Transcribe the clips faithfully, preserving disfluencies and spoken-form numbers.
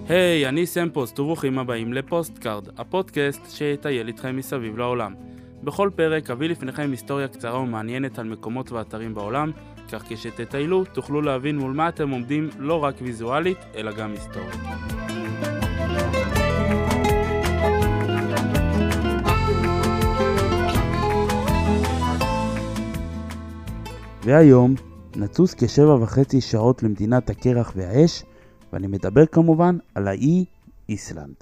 היי, hey, אני סמפוסט, וברוכים הבאים לפוסטקארד, הפודקאסט שיטייל איתכם מסביב לעולם. בכל פרק אביא לפניכם היסטוריה קצרה ומעניינת על מקומות ואתרים בעולם, כך כשתטיילו תוכלו להבין מול מה אתם עומדים לא רק ויזואלית, אלא גם היסטורית. והיום נטוס כשבע וחצי שעות למדינת הקרח והאש, ואני מדבר כמובן על האי איסלנד.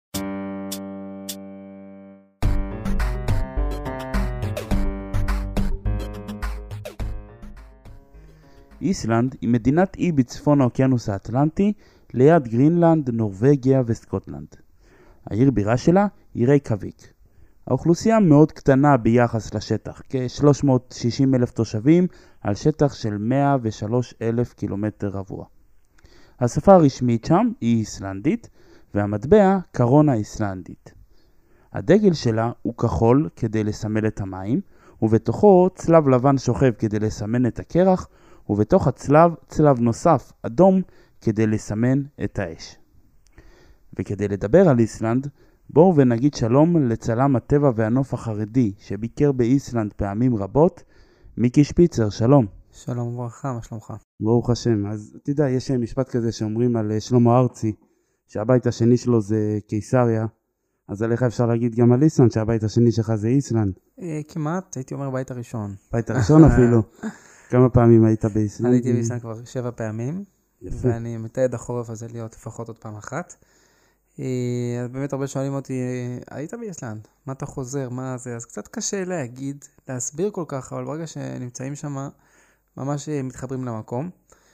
איסלנד היא מדינת אי בצפון האוקיינוס האטלנטי, ליד גרינלנד, נורווגיה וסקוטלנד. העיר בירה שלה היא רייקאביק. האוכלוסייה מאוד קטנה ביחס לשטח, כ-שלוש מאות ושישים אלף תושבים על שטח של מאה ושלושה אלף קילומטר רבוע. השפה הרשמית שם היא איסלנדית, והמטבע קרונה איסלנדית. הדגל שלה הוא כחול כדי לסמל את המים, ובתוכו צלב לבן שוכב כדי לסמן את הקרח, ובתוך הצלב צלב נוסף אדום כדי לסמן את האש. וכדי לדבר על איסלנד, בואו ונגיד שלום לצלם הטבע והנוף החרדי שביקר באיסלנד פעמים רבות, מיקי שפיצר, שלום. שלום וברכה, מה שלומך? ברוך השם. אז תדע, יש משפט כזה שאומרים על שלמה ארצי, שהבית השני שלו זה קיסריה, אז עליך אפשר להגיד גם על איסלנד, שהבית השני שלך זה איסלנד. אה, כמעט, הייתי אומר בית הראשון. בית הראשון אפילו. כמה פעמים היית באיסלנד? הייתי באיסלנד כבר שבע פעמים, יפה. ואני מתעד החורף הזה להיות לפחות עוד פעם אחת. אה, אז באמת הרבה שואלים אותי, היית באיסלנד? מה אתה חוזר? מה זה? אז קצת קשה להגיד, להסביר כל כך, אבל ברגע שנמצאים שם, ממש מתחברים למקום.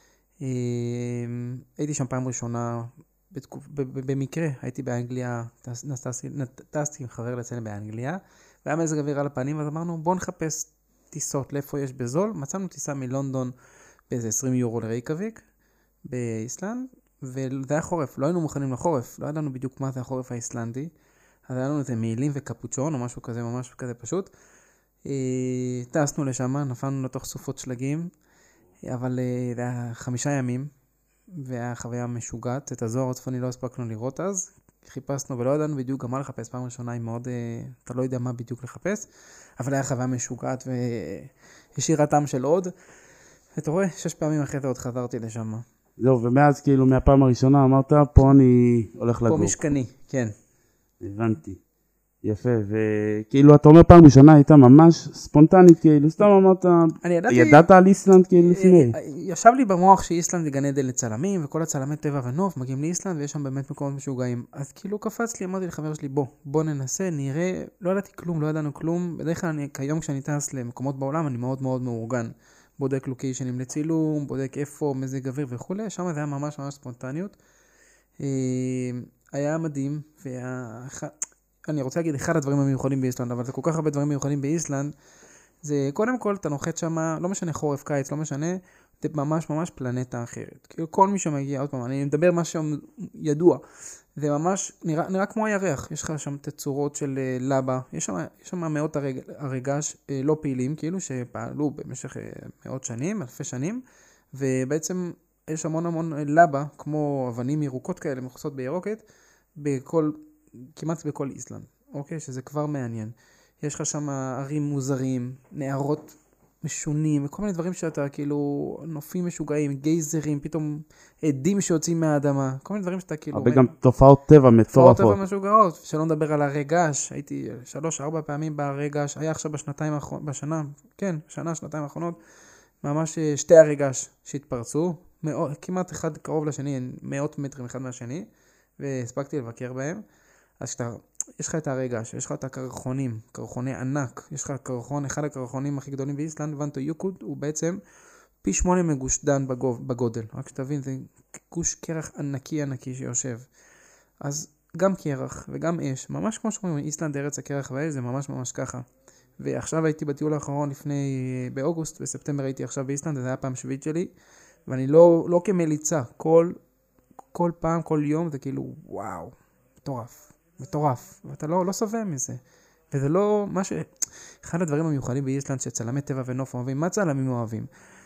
הייתי שם פעם ראשונה, במקרה הייתי באנגליה, טסתי עם חבר לצלם באנגליה, והיה מזג אוויר על הפנים, אז אמרנו בוא נחפש טיסות לאיפה יש בזול. מצאנו טיסה מלונדון באיזה עשרים יורו לרייקאביק באיסלנד, וזה היה חורף, לא היינו מוכנים לחורף, לא ידענו בדיוק מה זה החורף האיסלנדי, אז היה לנו איזה מעילים וקפוצ'ון או משהו כזה, ממש כזה פשוט. טסנו לשם, נפלנו לתוך סופות שלגים, אבל זה היה חמישה ימים, והיה חוויה משוגעת. את הזוהר הצפוני לא הספקנו לראות אז, חיפשנו ולא ידענו בדיוק גם מה לחפש. פעם ראשונה היא מאוד, אתה לא יודע מה בדיוק לחפש, אבל היה חוויה משוגעת והשאירה טעם של עוד. ואתה רואה, שש פעמים אחרי זה עוד חזרתי לשם. זהו, ומאז כאילו מהפעם הראשונה אמרת, פה אני הולך לגור. פה משכני, כן. הבנתי. יפה, וכאילו אתה אומר פעם ראשונה הייתה ממש ספונטנית, כאילו סתם אמרת, ידעתי, ידעת על איסלנד כאילו לפני? ישב לי במוח שאיסלנד זה גן עדן לצלמים, וכל הצלמי טבע ונוף מגיעים לאיסלנד, ויש שם באמת מקומות משוגעים. אז כאילו קפץ לי, אמרתי לחבר שלי, בוא, בוא ננסה, נראה, לא ידעתי כלום, לא ידענו כלום. בדרך כלל אני, כיום כשאני טס למקומות בעולם, אני מאוד מאוד מאורגן. בודק לוקיישנים לצילום, בודק איפה, מזג אוויר וכו'. שם זה היה ממש ממש ספונטניות. היה מדהים, והיה... אני רוצה להגיד אחד הדברים המיוחדים באיסלנד, אבל זה כל כך הרבה דברים מיוחדים באיסלנד, זה קודם כל אתה נוחת שם, לא משנה חורף, קיץ, לא משנה, זה ממש ממש פלנטה אחרת. כאילו כל מי שמגיע, עוד פעם, אני מדבר מה שידוע, זה ממש נראה, נראה כמו הירח, יש לך שם תצורות של לבה, יש שם, יש שם מאות הרג, הרגש לא פעילים, כאילו שפעלו במשך מאות שנים, אלפי שנים, ובעצם יש המון המון לבה, כמו אבנים ירוקות כאלה, מכוסות בירוקת, בכל... כמעט בכל איסלנד, אוקיי? שזה כבר מעניין. יש לך שם ערים מוזרים, נערות משונים, וכל מיני דברים שאתה כאילו נופים משוגעים, גייזרים, פתאום עדים שיוצאים מהאדמה, כל מיני דברים שאתה כאילו... הרבה גם תופעות טבע מטורפות. תופעות טבע משוגעות, שלא נדבר על הרגש, הייתי שלוש, ארבע פעמים ברגש, היה עכשיו בשנתיים האחרונות, בשנה, כן, שנה, שנתיים האחרונות, ממש שתי הרגש שהתפרצו, מאות, כמעט אחד קרוב לשני, מאות מטרים אחד מהשני, והספקתי לבקר בהם. אז שאתה, יש לך את הרגש, יש לך את הקרחונים, קרחוני ענק, יש לך קרחון, אחד הקרחונים הכי גדולים באיסלנד, ונטו יוקוד, הוא בעצם פי שמונה מגוש דן בגודל. רק שתבין, זה גוש קרח ענקי ענקי שיושב. אז גם קרח וגם אש, ממש כמו שאומרים, איסלנד ארץ הקרח והאש, זה ממש ממש ככה. ועכשיו הייתי בטיול האחרון לפני, באוגוסט, בספטמבר הייתי עכשיו באיסלנד, זה היה פעם שביעית שלי, ואני לא, לא כמליצה, כל, כל פעם, כל יום, זה כאילו, וואו, מטורף. מטורף, ואתה לא, לא סובע מזה. וזה לא מה ש... אחד הדברים המיוחדים באיסלנד שצלמי טבע ונוף אוהבים, מה צלמים אוהבים?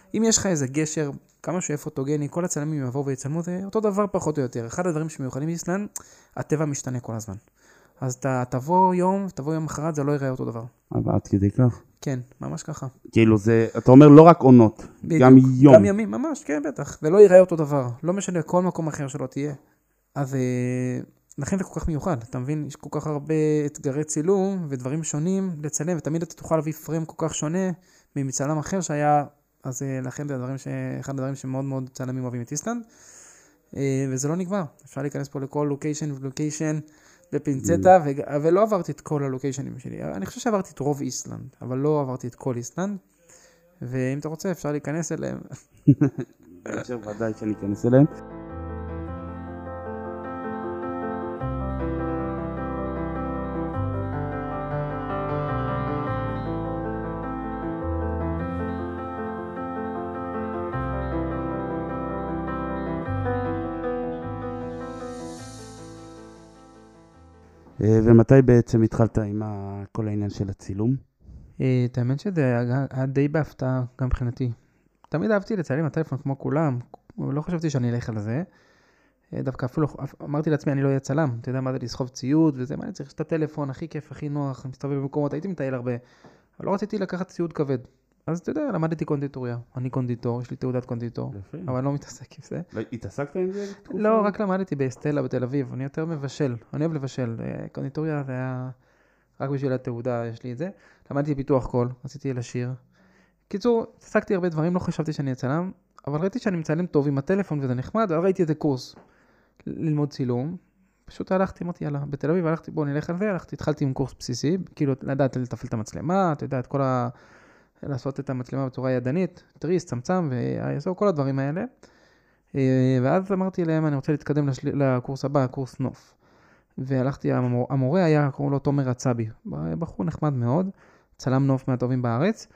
אם יש לך איזה גשר, כמה שהוא יהיה פוטוגני, כל הצלמים יבואו ויצלמו, זה אותו דבר פחות או יותר. אחד הדברים שמיוחדים באיסלנד, הטבע משתנה כל הזמן. אז אתה תבוא יום, תבוא יום אחרת, זה לא ייראה אותו דבר. אבל עד כדי כך? כן, ממש ככה. כאילו זה, אתה אומר לא רק עונות, בדיוק, גם יום. גם ימים, ממש, כן, בטח. זה לא ייראה אותו דבר. לא משנה כל מקום אחר שלא תהיה. אז לכן זה כל כך מיוחד, אתה מבין? יש כל כך הרבה אתגרי צילום ודברים שונים לצלם, ותמיד אתה תוכל להביא פריים כל כך שונה ממצלם אחר שהיה, אז לכן זה הדברים ש... אחד הדברים שמאוד מאוד צלמים אוהבים את איסלנד, וזה לא נגמר. אפשר להיכנס פה לכל לוקיישן ולוקיישן בפינצטה, ו... ולא עברתי את כל הלוקיישנים שלי. אני חושב שעברתי את רוב איסלנד, אבל לא עברתי את כל איסלנד, ואם אתה רוצה אפשר להיכנס אליהם. אפשר ודאי שאני אכנס אליהם. ומתי בעצם התחלת עם כל העניין של הצילום? את האמת שזה היה די בהפתעה גם מבחינתי. תמיד אהבתי לצלם הטלפון כמו כולם, לא חשבתי שאני אלך על זה. דווקא אפילו אמרתי לעצמי אני לא אהיה צלם, אתה יודע מה זה לסחוב ציוד וזה, מה אני צריך את הטלפון הכי כיף, הכי נוח, אני מסתובב במקומות, הייתי מטייל הרבה, אבל לא רציתי לקחת ציוד כבד. אז אתה יודע, למדתי קונדיטוריה, אני קונדיטור, יש לי תעודת קונדיטור, אבל לא מתעסק עם זה. התעסקת עם זה? לא, רק למדתי באסטלה בתל אביב, אני יותר מבשל, אני אוהב לבשל, קונדיטוריה זה היה רק בשביל התעודה, יש לי את זה. למדתי פיתוח קול, רציתי לשיר. קיצור, התעסקתי הרבה דברים, לא חשבתי שאני אצלם, אבל ראיתי שאני מצלם טוב עם הטלפון וזה נחמד, אבל ראיתי איזה קורס ללמוד צילום. פשוט הלכתי, אמרתי, יאללה, בתל אביב הלכתי, בוא נלך על זה, הלכתי, התחלתי עם קורס בסיסי, כאילו לדעת לתפעל את המצלמה, אתה יודע, את כל ה... לעשות את המצלמה בצורה ידנית, תריס, צמצם ויעזור, כל הדברים האלה. ואז אמרתי להם, אני רוצה להתקדם לשל... לקורס הבא, קורס נוף. והלכתי, המור... המורה היה, קראו לו תומר עצבי, בחור נחמד מאוד, צלם נוף מהטובים בארץ,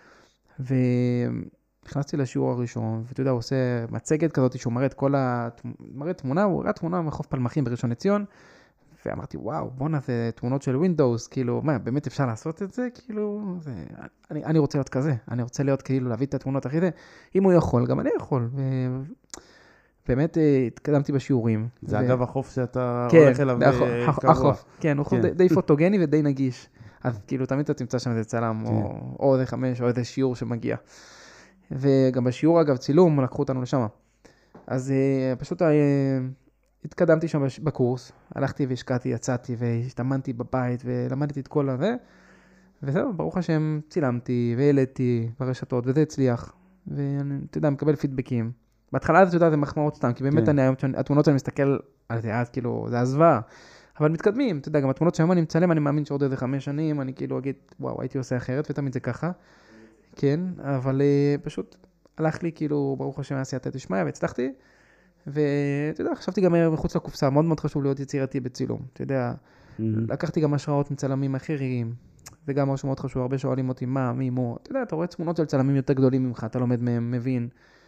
ונכנסתי לשיעור הראשון, ואתה יודע, הוא עושה מצגת כזאת, שהוא מראה את כל ה... מראה תמונה, הוא ראה תמונה מחוף פלמחים בראשון לציון, ואמרתי, וואו, בוא זה תמונות של ווינדוס, כאילו, מה, באמת אפשר לעשות את זה? כאילו, זה... אני, אני רוצה להיות כזה, אני רוצה להיות כאילו, להביא את התמונות הכי זה, אם הוא יכול, גם אני יכול, ו... באמת התקדמתי בשיעורים. זה ו... אגב החוף שאתה כן, הולך אליו החוף, קבוע. החוף, כן, הוא חוף כן. די, די פוטוגני ודי נגיש, אז כאילו, תמיד אתה תמצא שם איזה צלם, כן. או, או איזה חמש, או איזה שיעור שמגיע. וגם בשיעור, אגב, צילום, לקחו אותנו לשם. אז פשוט... התקדמתי שם בקורס, הלכתי והשקעתי, יצאתי והשתמנתי בבית ולמדתי את כל הזה, וזהו, ברוך השם, צילמתי והעליתי ברשתות, וזה הצליח, ואני, אתה יודע, מקבל פידבקים. בהתחלה אתה יודע, זה מחמאות סתם, כי באמת אני, התמונות שאני מסתכל על זה, אז כאילו, זה הזוועה, אבל מתקדמים, אתה יודע, גם התמונות שהיום אני מצלם, אני מאמין שעוד איזה חמש שנים, אני כאילו אגיד, וואו, הייתי עושה אחרת, ותמיד זה ככה, כן, אבל פשוט הלך לי, כאילו, ברוך השם, עשייתא דשמיא, והצלחתי. ואתה יודע, חשבתי גם מחוץ לקופסה, מאוד מאוד חשוב להיות יצירתי בצילום, אתה יודע, mm-hmm. לקחתי גם השראות מצלמים אחרים, זה גם משהו מאוד חשוב, הרבה שואלים אותי מה, מי, מו, אתה יודע, אתה רואה תמונות של צלמים יותר גדולים ממך, אתה לומד מהם, מבין,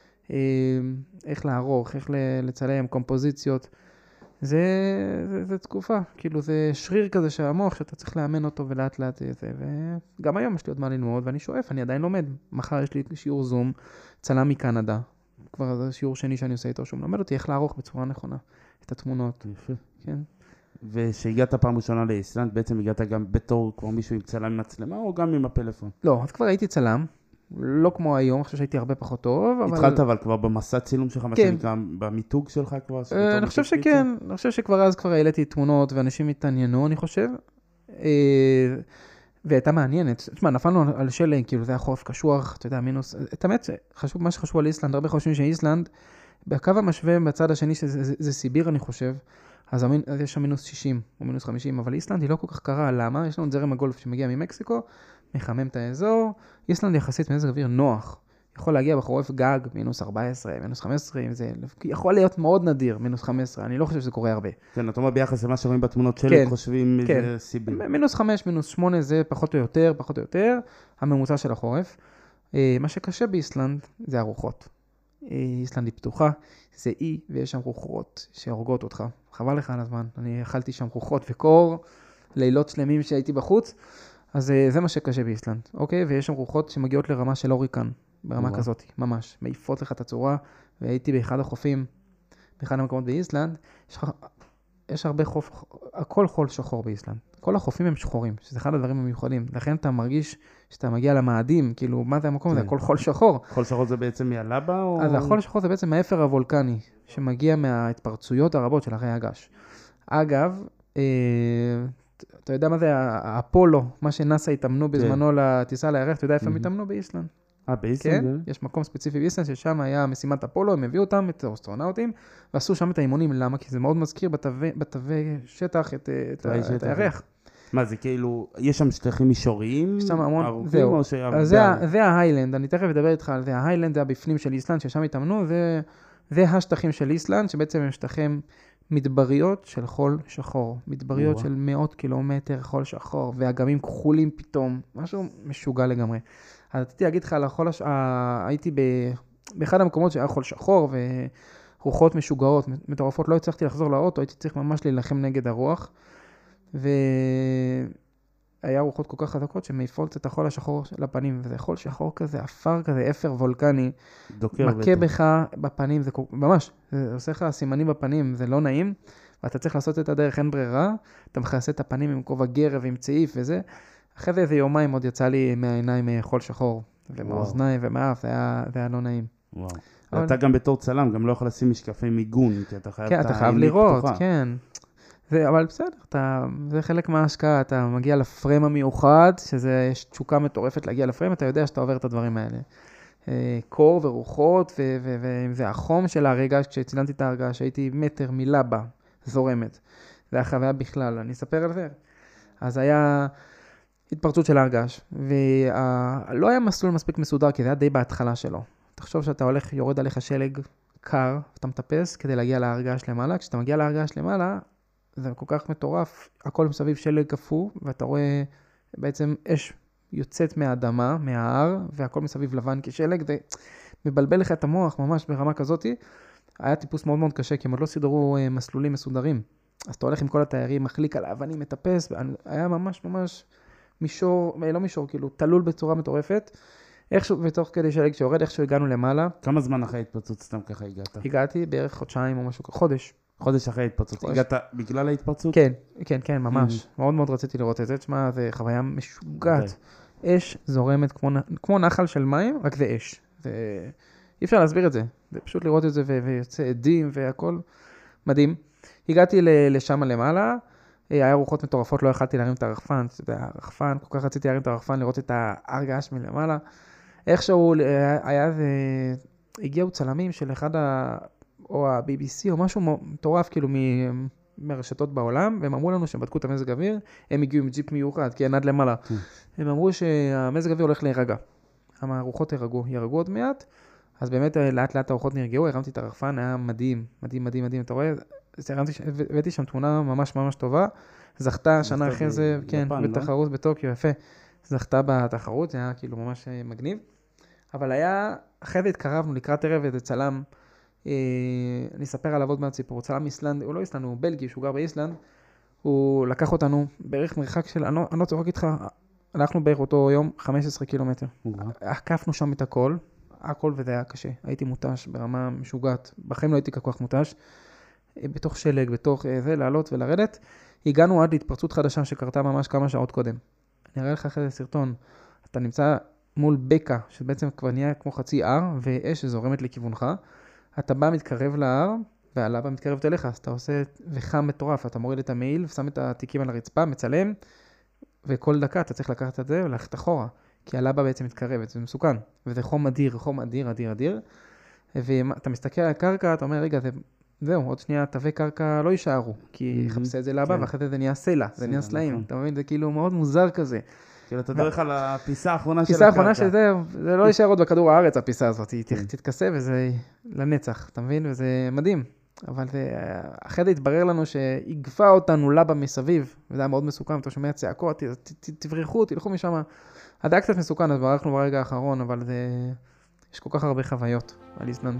איך לערוך, איך לצלם, קומפוזיציות, זה, זה, זה תקופה, כאילו זה שריר כזה של המוח, שאתה צריך לאמן אותו ולאט לאט זה, וגם היום יש לי עוד מה ללמוד, ואני שואף, אני עדיין לומד, מחר יש לי שיעור זום, צלם מקנדה, כבר זה שיעור שני שאני עושה איתו, שהוא מלמד אותי איך לערוך בצורה נכונה את התמונות. יפה. כן. ושהגעת פעם ראשונה לאיסלנד, בעצם הגעת גם בתור כמו מישהו עם צלם עם מצלמה, או גם עם הפלאפון? לא, אז כבר הייתי צלם, לא כמו היום, אני חושב שהייתי הרבה פחות טוב, אבל... התחלת אבל כבר במסע צילום שלך, מה שנקרא, במיתוג שלך כבר? אני חושב שכן, אני חושב שכבר אז כבר העליתי תמונות, ואנשים התעניינו, אני חושב. והייתה מעניינת, תשמע, נפלנו על שלג, כאילו זה היה חורף קשוח, אתה יודע, מינוס, את האמת, חשוב, מה שחשוב על איסלנד, הרבה חושבים שאיסלנד, בקו המשווה בצד השני, שזה זה, זה סיביר, אני חושב, אז יש שם מינוס שישים או מינוס חמישים, אבל איסלנד היא לא כל כך קרה, למה? יש לנו זרם הגולף שמגיע ממקסיקו, מחמם את האזור, איסלנד יחסית מזג אוויר נוח, יכול להגיע בחורף גג, מינוס ארבע עשרה, מינוס חמש עשרה, זה יכול להיות מאוד נדיר, מינוס חמש עשרה, אני לא חושב שזה קורה הרבה. כן, אתה אומר ביחס למה שרואים בתמונות שלי, חושבים איזה סיבים. מינוס חמש, מינוס שמונה, זה פחות או יותר, פחות או יותר, הממוצע של החורף. מה שקשה באיסלנד זה הרוחות. איסלנד היא פתוחה, זה אי, ויש שם רוחות שהורגות אותך. חבל לך על הזמן, אני אכלתי שם רוחות וקור, לילות שלמים שהייתי בחוץ, אז זה מה שקשה באיסלנד, אוקיי? ויש שם רוחות שמגיעות לרמה של הוריקן. ברמה וואו. כזאת, ממש. מעיפות לך את הצורה, והייתי באחד החופים, באחד המקומות באיסלנד, יש, לך- יש הרבה חוף, הכל חול שחור באיסלנד. כל החופים הם שחורים, שזה אחד הדברים המיוחדים. לכן אתה מרגיש שאתה מגיע למאדים, כאילו, מה זה המקום הזה? כן. הכל חול שחור. חול שחור זה בעצם מהלבה או... אז החול השחור זה בעצם האפר הוולקני, שמגיע מההתפרצויות הרבות של הרי הגש. אגב, אה, אתה יודע מה זה האפולו, מה שנאסא התאמנו בזמנו לטיסה לירח, אתה יודע איפה הם התאמנו? באיסלנד. אה, באיסלנד? כן, יש מקום ספציפי באיסלנד, ששם היה משימת אפולו, הם הביאו אותם, את האסטרונאוטים, ועשו שם את האימונים. למה? כי זה מאוד מזכיר בתווי, בתווי שטח את, את, תווי ה- שטח. את הירח. מה זה כאילו, יש שם שטחים מישוריים? יש שם המון, ארוכים, זהו. או שהרבה- אז זה, ה- זה ההיילנד, אני תכף אדבר איתך על זה. ההיילנד זה הבפנים של איסלנד, ששם התאמנו, זה, זה השטחים של איסלנד, שבעצם הם שטחים מדבריות של חול שחור. מדבריות וואו. של מאות קילומטר חול שחור, והאגמים כחולים פתאום, משהו משוגע לגמרי. אז רציתי להגיד לך על החול, הש... ה- הייתי ב... באחד המקומות שהיה חול שחור, ורוחות משוגעות, מטורפות, לא הצלחתי לחזור לאוטו, הייתי צריך ממש להילחם נגד הרוח, והיה רוחות כל כך חזקות שמעיפות את החול השחור לפנים, וזה חול שחור כזה, אפר כזה, אפר וולקני, דוקר מכה בטח. בך בפנים, זה כל- ממש, זה עושה לך סימנים בפנים, זה לא נעים, ואתה צריך לעשות את הדרך, אין ברירה, אתה מכסה את הפנים עם כובע גרב ועם צעיף וזה, אחרי זה איזה יומיים עוד יצא לי מהעיניים אה, חול שחור, ומהאוזניים ומהאף, זה היה, זה היה לא נעים. וואו. אבל- ואתה גם בתור צלם, גם לא יכול לשים משקפי מיגון, כי אתה חייב כן, את אתה חייב העינית לראות, פתוחה. כן. זה, אבל בסדר, אתה, זה חלק מההשקעה, אתה מגיע לפריים המיוחד, שזה, יש תשוקה מטורפת להגיע לפריים, אתה יודע שאתה עובר את הדברים האלה. אה, קור ורוחות, ו- ו- ואם זה החום של הרגע, כשצילמתי את ההרגעה, שהייתי מטר מלבה זורמת. זה היה חוויה בכלל, אני אספר על זה. אז היה התפרצות של הרגש, ולא היה מסלול מספיק מסודר, כי זה היה די בהתחלה שלו. תחשוב שאתה הולך, יורד עליך שלג קר, אתה מטפס כדי להגיע להרגש למעלה, כשאתה מגיע להרגש למעלה, זה כל כך מטורף, הכל מסביב שלג קפוא, ואתה רואה בעצם אש יוצאת מהאדמה, מההר, והכל מסביב לבן כשלג, זה מבלבל לך את המוח ממש ברמה כזאת. היה טיפוס מאוד מאוד קשה, כי הם עוד לא סידרו אה, מסלולים מסודרים. אז אתה הולך עם כל התיירים, מחליק על האבנים, מטפס, היה ממש ממש מישור, לא מישור, כאילו תלול בצורה מטורפת. איכשהו, ותוך כדי שלג שיורד, איכשהו הגענו למעלה. כמה זמן אחרי ההתפרצות סתם ככה הגעת? הגעתי בערך חודשיים או משהו, חודש. חודש אחרי ההתפרצות. חודש. הגעת בגלל ההתפרצות? כן, כן, כן, ממש. מאוד מאוד רציתי לראות את זה. תשמע, זה חוויה משוגעת. אש זורמת כמו, נ- כמו נחל של מים, רק זה אש. זה... אי אפשר להסביר את זה. זה פשוט לראות את זה ו- ויוצא עדים והכל מדהים. הגעתי ל- לשם למעלה, היה רוחות מטורפות, לא יכלתי להרים את הרחפן. אתה יודע, הרחפן, כל כך רציתי להרים את הרחפן, לראות את ההר געש מלמעלה. איכשהו היה, היה זה... הגיעו צלמים של אחד ה... או ה-בי בי סי או משהו מטורף, כאילו מ- מהרשתות בעולם, והם אמרו לנו שהם בדקו את המזג אוויר, הם הגיעו עם ג'יפ מיוחד, כי אין עד למעלה. הם אמרו שהמזג אוויר הולך להירגע. הרוחות ירגעו, ירגעו עוד מעט, אז באמת לאט לאט הרוחות נרגעו, הרמתי את הרחפן, היה מדהים, מדהים, מדהים, מדהים, אתה רואה? אז הרמתי, הבאתי שם תמונה ממש ממש טובה, זכתה שנה אחרי זה, כן, בתחרות בטוקיו, יפה, זכתה בתחרות, זה היה כאילו ממש מגניב, אבל היה, אחרי זה התקרבנו לקראת ערב איזה צלם, אני אספר עליו עוד מעט סיפור, צלם איסלנד, הוא לא איסלנד, הוא בלגי, שהוא גר באיסלנד, הוא לקח אותנו בערך מרחק של, אני לא, אני לא צריך להגיד לך, הלכנו בערך אותו יום חמישה עשר קילומטר. עקפנו שם את הכל, הכל וזה היה קשה. הייתי מותש ברמה משוגעת. בחיים לא הייתי כל כך מותש. בתוך שלג, בתוך זה, לעלות ולרדת. הגענו עד להתפרצות חדשה שקרתה ממש כמה שעות קודם. אני אראה לך אחרי זה סרטון. אתה נמצא מול בקע, שבעצם כבר נהיה כמו חצי הר, ואש שזורמת לכיוונך. אתה בא מתקרב להר, והלבה מתקרבת אליך, אז אתה עושה וחם מטורף. אתה מוריד את המעיל, ושם את התיקים על הרצפה, מצלם, וכל דקה אתה צריך לקחת את זה וללכת אחורה, כי הלבה בעצם מתקרבת, זה מסוכן, וזה חום אדיר, חום אדיר, אדיר, אדיר, ואתה מסתכל על הקרקע, אתה אומר, רגע, זה, זהו, עוד שנייה תווי קרקע לא יישארו, כי חפשה את זה לבה, ואחרי זה זה נהיה סלע, זה נהיה סלעים, אתה מבין, זה כאילו מאוד מוזר כזה. כאילו אתה דורך על הפיסה האחרונה של הפיסה הקרקע. האחרונה של זה, זה לא יישאר עוד בכדור הארץ, הפיסה הזאת, היא תתכסה וזה לנצח, אתה מבין, וזה מדהים. אבל זה, אחרי זה התברר לנו שהגפה אותנו לבה מסביב, וזה היה מאוד מסוכן, אתה שומע צעקות, ת, ת, תברחו, תלכו משם. אז היה קצת מסוכן, אז ברחנו ברגע האחרון, אבל זה, יש כל כך הרבה חוויות על איסלנד.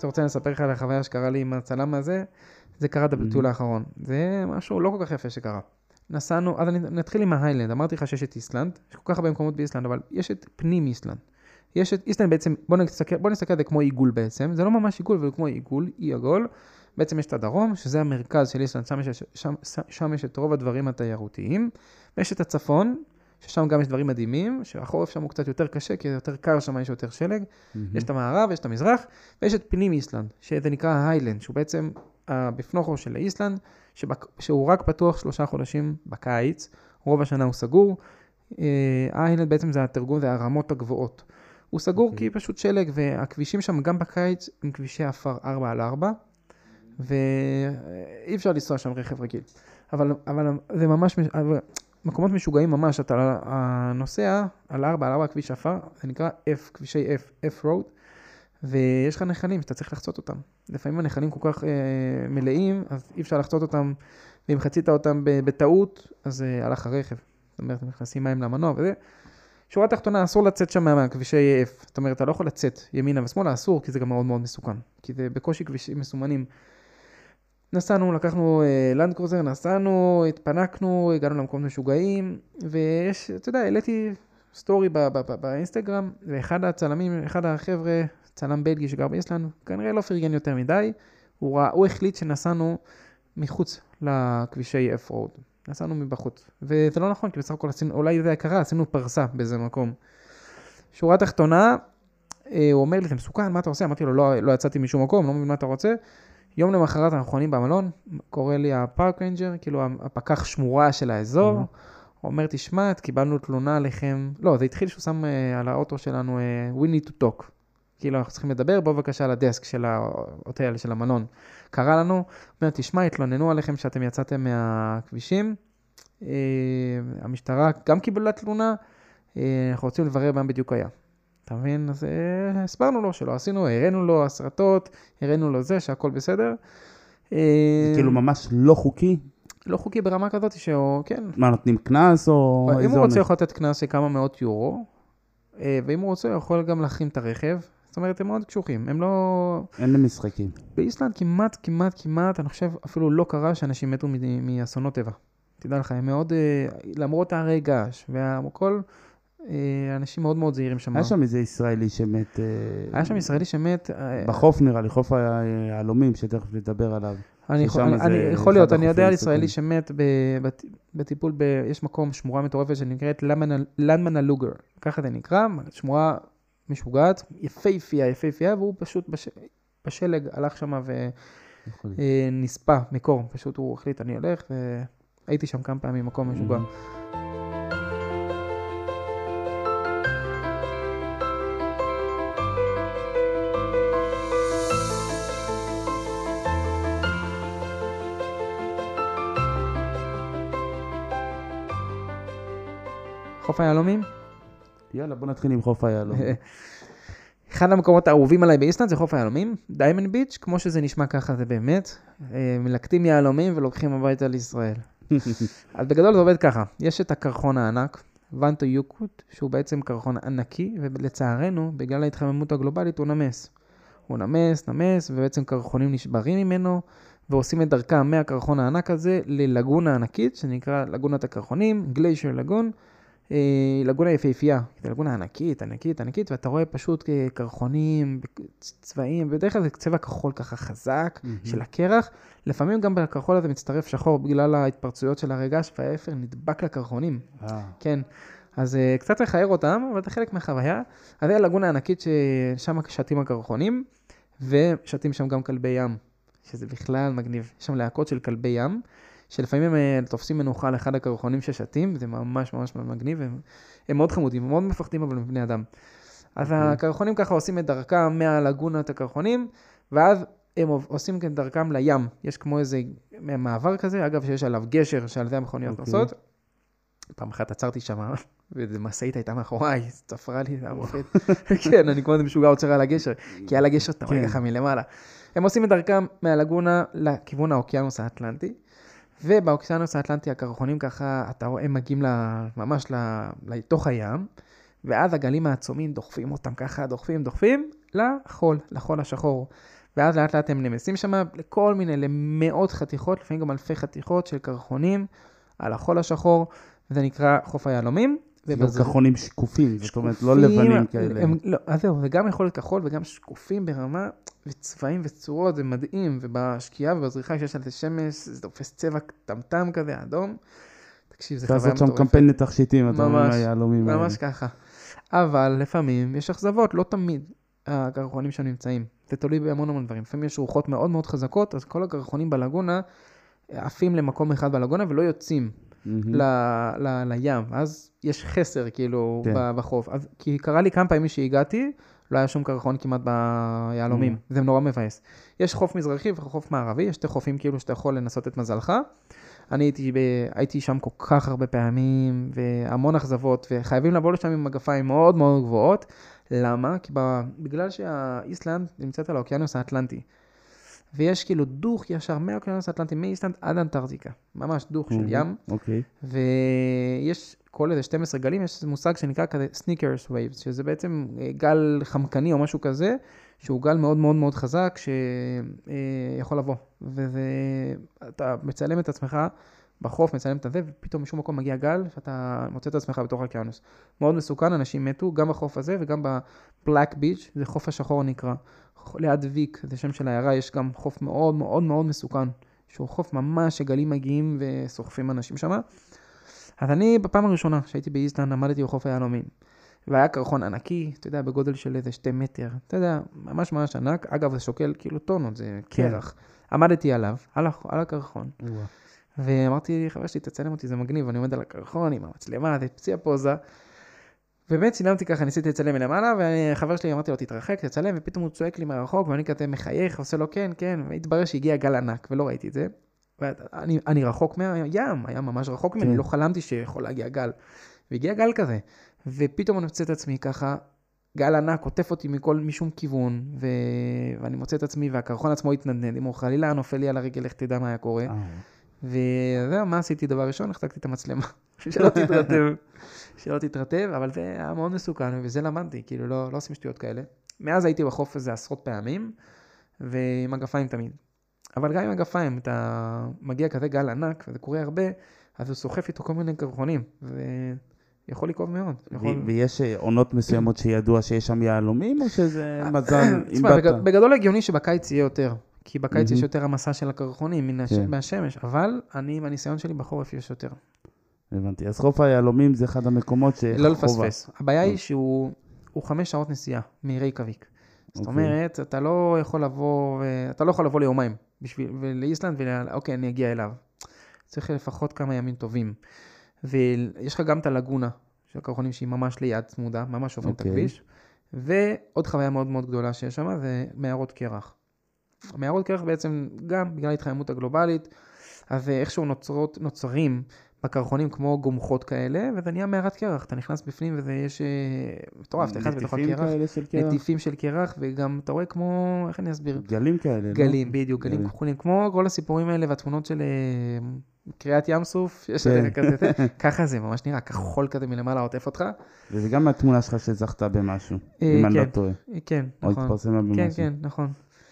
שאתה רוצה לספר לך על החוויה שקרה לי עם הצלם הזה, זה קרה בטיול האחרון. זה משהו לא כל כך יפה שקרה. נסענו, אז אני נתחיל עם ההיילנד, אמרתי לך שיש את איסלנד, יש כל כך הרבה מקומות באיסלנד, אבל יש את פנים איסלנד. יש את איסלנד בעצם, בוא נסתכל, בוא נסתכל על זה כמו עיגול בעצם, זה לא ממש עיגול, אבל כמו עיגול, אי עגול. בעצם יש את הדרום, שזה המרכז של איסלנד, שם יש, שם, שם יש את רוב הדברים התיירותיים, ויש את הצפון, ששם גם יש דברים מדהימים, שהחורף שם הוא קצת יותר קשה, כי יותר קר שם יש יותר שלג, mm-hmm. יש את המערב, יש את המזרח, ויש את פנים איסלנד, שזה נקרא ההיילנד, שהוא בעצם בפנוכו של איסלנד, שבק... שהוא רק פתוח שלושה חודשים בקיץ, רוב השנה הוא סגור, ההיילנד בעצם זה התרגום, זה הרמות הגבוהות. הוא סגור okay. כי פשוט שלג, והכבישים שם גם בקיץ הם כבישי עפר ארבע על ארבע, ואי אפשר לנסוע שם רכב רגיל. אבל, אבל זה ממש, מקומות משוגעים ממש, אתה נוסע על ארבע על ארבע כביש עפר, זה נקרא F, כבישי F, F-Road, ויש לך נחלים שאתה צריך לחצות אותם. לפעמים הנחלים כל כך אה, מלאים, אז אי אפשר לחצות אותם, ואם חצית אותם בטעות, אז אה, הלך הרכב. זאת אומרת, הם נכנסים מים למנוע וזה. שורה תחתונה, אסור לצאת שם מהכבישי F. זאת אומרת, אתה לא יכול לצאת ימינה ושמאלה, אסור, כי זה גם מאוד מאוד מסוכן. כי זה בקושי כבישים מסומנים. נסענו, לקחנו לנד קרוזר, נסענו, התפנקנו, הגענו למקומות משוגעים, ויש, אתה יודע, העליתי סטורי באינסטגרם, ואחד הצלמים, אחד החבר'ה, צלם בלגי שגר באיסלנד, כנראה לא פרגן יותר מדי, הוא, ראה, הוא החליט שנסענו מחוץ לכבישי F-Road. נסענו מבחוץ. וזה לא נכון, כי בסך הכל עשינו, אולי זה קרה, עשינו פרסה באיזה מקום. שורה תחתונה, הוא אומר לי, זה מסוכן, מה אתה עושה? אמרתי לו, לא, לא יצאתי משום מקום, לא מבין מה אתה רוצה. יום למחרת אנחנו חונים במלון, קורא לי הפארק ריינג'ר, כאילו הפקח שמורה של האזור, הוא אומר, תשמע, קיבלנו תלונה עליכם, לא, זה התחיל שהוא שם על האוטו שלנו, we need to talk. כאילו אנחנו צריכים לדבר, בוא בבקשה לדסק של ההוטל, של המלון. קרא לנו, הוא אומר, תשמע, התלוננו עליכם שאתם יצאתם מהכבישים, המשטרה גם קיבלה תלונה, אנחנו רוצים לברר מה בדיוק היה. אתה מבין? אז הסברנו לו שלא עשינו, הראינו לו הסרטות, הראינו לו זה, שהכל בסדר. זה כאילו ממש לא חוקי? לא חוקי ברמה כזאת שהוא, כן. מה, נותנים קנס או... אם הוא רוצה יכול לתת קנס של כמה מאות יורו, ואם הוא רוצה הוא יכול גם להכין את הרכב, זאת אומרת, הם מאוד קשוחים, הם לא... אין להם משחקים. באיסלנד כמעט, כמעט, כמעט, אני חושב, אפילו לא קרה שאנשים מתו מאסונות טבע. תדע לך, הם מאוד, למרות הרי געש, והכל, אנשים מאוד מאוד זהירים שם. היה שם איזה ישראלי שמת... היה שם ישראלי שמת... בחוף נראה לי, חוף היהלומים, שתכף נדבר עליו. אני יכול להיות, אני יודע על ישראלי שמת בטיפול, יש מקום, שמורה מטורפת שנקראת לנמנלוגר, ככה זה נקרא, שמורה משוגעת, יפהפייה, יפהפייה, והוא פשוט בשלג הלך שם ונספה מקור, פשוט הוא החליט, אני הולך, והייתי שם כמה פעמים מקום משוגע. חוף היהלומים? יאללה, בוא נתחיל עם חוף היהלומים. אחד המקומות האהובים עליי באיסלנד זה חוף היהלומים, דיימנד ביץ', כמו שזה נשמע ככה זה באמת, מלקטים יהלומים ולוקחים הביתה לישראל. אז בגדול זה עובד ככה, יש את הקרחון הענק, ונטו יוקוט, שהוא בעצם קרחון ענקי, ולצערנו, בגלל ההתחממות הגלובלית הוא נמס. הוא נמס, נמס, ובעצם קרחונים נשברים ממנו, ועושים את דרכם מהקרחון הענק הזה ללגונה ענקית, שנקרא לגונת הקרחונים, גליישר לגון, לגונה יפהפייה, לגונה ענקית, ענקית, ענקית, ואתה רואה פשוט קרחונים, צבעים, בדרך כלל זה צבע כחול ככה חזק mm-hmm. של הקרח, לפעמים גם בכחול הזה מצטרף שחור בגלל ההתפרצויות של הרגש, והאפר נדבק לקרחונים. Ah. כן, אז uh, קצת מחייר אותם, אבל זה חלק מהחוויה. אז זה הלגונה הענקית ששם שתים הקרחונים, ושתים שם גם כלבי ים, שזה בכלל מגניב. יש שם להקות של כלבי ים, שלפעמים הם תופסים מנוחה לאחד הקרחונים ששתים, זה ממש ממש מגניב, הם, הם מאוד חמודים, הם מאוד מפחדים אבל מבני אדם. אז okay. הקרחונים ככה עושים את דרכם מהלגונת הקרחונים, ואז הם עושים את דרכם לים. יש כמו איזה מעבר כזה, אגב שיש עליו גשר שעל זה המכוניות okay. נוסעות. פעם אחת עצרתי שם, ואיזה מסעית הייתה מאחוריי, צפרה לי, זה המופת. כן, אני כמו זה משוגע עוצר על הגשר, כי על הגשר אתה רואה ככה מלמעלה. הם עושים את דרכם מהלגונה לכיוון האוקיינוס האטלנטי, ובאוקיינוס האטלנטי הקרחונים ככה, אתה רואה, הם מגיעים ממש לתוך הים, ואז הגלים העצומים דוחפים אותם ככה, דוחפים, דוחפים, לחול, לחול השחור. ואז לאט לאט הם נמסים שם לכל מיני, למאות חתיכות, לפעמים גם אלפי חתיכות של קרחונים על החול השחור, וזה נקרא חוף היהלומים. זה לא קרחונים שקופים, זאת אומרת, לא לבנים כאלה. הם, לא, אז זהו, וגם יכול להיות כחול וגם שקופים ברמה, וצבעים וצורות, זה מדהים, ובשקיעה ובזריחה שיש על זה שמש, זה תופס צבע טמטם כזה, אדום. תקשיב, זה חוויה מטורפת. תעשות שם קמפיין לתכשיטים, אתה אומר היהלומים האלה. ממש ככה. אבל לפעמים יש אכזבות, לא תמיד הקרחונים שם נמצאים. זה תלוי בהמון המון דברים. לפעמים יש רוחות מאוד מאוד חזקות, אז כל הקרחונים בלגונה עפים למקום אחד בלגונה ולא יוצאים ל, ל, לים. אז יש חסר כאילו בחוף. אז, כי קרה לי כמה פעמים שהגעתי, לא היה שום קרחון כמעט ביהלומים. זה נורא מבאס. יש חוף מזרחי וחוף מערבי, יש שתי חופים כאילו שאתה יכול לנסות את מזלך. אני הייתי, ב... הייתי שם כל כך הרבה פעמים, והמון אכזבות, וחייבים לבוא לשם עם מגפיים מאוד מאוד גבוהות. למה? כי ב... בגלל שהאיסלנד נמצאת על האוקיינוס האטלנטי, ויש כאילו דוך ישר מהאוקיינוס האטלנטי, מאיסלנד עד אנטארקטיקה, ממש דוך של ים, אוקיי. ויש כל איזה שנים עשר גלים, יש מושג שנקרא כזה סניקרס וייבס, שזה בעצם גל חמקני או משהו כזה, שהוא גל מאוד מאוד מאוד חזק, שיכול לבוא, ואתה מצלם את עצמך בחוף, מצלם את זה, ופתאום משום מקום מגיע גל, שאתה מוצא את עצמך בתוך האוקיינוס. מאוד מסוכן, אנשים מתו, גם בחוף הזה, וגם בבלק ביץ', זה חוף השחור נקרא, ליד ויק, זה שם של העיירה, יש גם חוף מאוד מאוד מאוד מסוכן, שהוא חוף ממש שגלים מגיעים וסוחפים אנשים שם. אז אני בפעם הראשונה שהייתי באיסלנד, עמדתי בחוף היהלומים, והיה קרחון ענקי, אתה יודע, בגודל של איזה שתי מטר, אתה יודע, ממש ממש ענק, אגב, זה שוקל כאילו טונות, זה קרח. עמדתי עליו, על, על הקרחון, ואמרתי, חבר שלי, תצלם אותי, זה מגניב, אני עומד על הקרחון עם המצלמה, זה פציע פוזה, ובאמת צילמתי ככה, ניסיתי לצלם מלמעלה, וחבר שלי אמרתי לו, תתרחק, תצלם, ופתאום הוא צועק לי מרחוק, ואני כזה מחייך, עושה לו כן, כן, והתברר שהגיע גל ענק, ולא ראיתי את זה. ואני, אני רחוק מהים, היה ממש רחוק ממני, לא חלמתי שיכול להגיע גל. והגיע גל כזה, ופתאום אני מוצא את עצמי ככה, גל ענק, עוטף אותי מכל, משום כיוון, ו... ואני מוצא את עצמי, והקרחון עצמו התנדנד, אם הוא חלילה נופל לי על הרגל, איך תדע מה היה קורה. וזהו, מה עשיתי דבר ראשון? החזקתי את המצלמה, שלא תתרטב, שלא תתרטב, אבל זה היה מאוד מסוכן, וזה למדתי, כאילו לא, לא עושים שטויות כאלה. מאז הייתי בחוף הזה עשרות פעמים, ועם הגפיים תמיד. אבל גם עם הגפיים, אתה מגיע כזה גל ענק, וזה קורה הרבה, אז הוא סוחף איתו כל מיני קרחונים, ויכול לקרוב מאוד. יכול... ויש עונות מסוימות שידוע שיש שם יהלומים, או שזה מזל? בגדול הגיוני שבקיץ יהיה יותר. כי בקיץ יש יותר המסע של הקרחונים מהשמש, אבל אני, בניסיון שלי בחורף יש יותר. הבנתי. אז חוף היהלומים זה אחד המקומות שחובה. לא לפספס. הבעיה היא שהוא חמש שעות נסיעה מרייקאביק. זאת אומרת, אתה לא יכול לבוא, אתה לא יכול לבוא ליומיים לאיסלנד, ואוקיי, אני אגיע אליו. צריך לפחות כמה ימים טובים. ויש לך גם את הלגונה של הקרחונים שהיא ממש ליד צמודה, ממש עוברים את הכביש. ועוד חוויה מאוד מאוד גדולה שיש שם, זה מערות קרח. המערות קרח בעצם גם בגלל ההתחממות הגלובלית, אז איכשהו נוצרות, נוצרים בקרחונים כמו גומחות כאלה, וזה נהיה מערת קרח, אתה נכנס בפנים וזה יש מטורף, אתה נכנס בתוך הקרח, נטיפים של קרח, וגם אתה רואה כמו, איך אני אסביר? גלים כאלה, גלים, בדיוק, גלים כחולים, כמו כל הסיפורים האלה והתמונות של קריאת ים סוף, יש עליך כזה, ככה זה ממש נראה, כחול כזה מלמעלה עוטף אותך. וזה גם מהתמונה שלך שזכת במשהו, אם אני לא טועה. כן, נכון. או התפרסמה במשהו. כן, כן, נכון.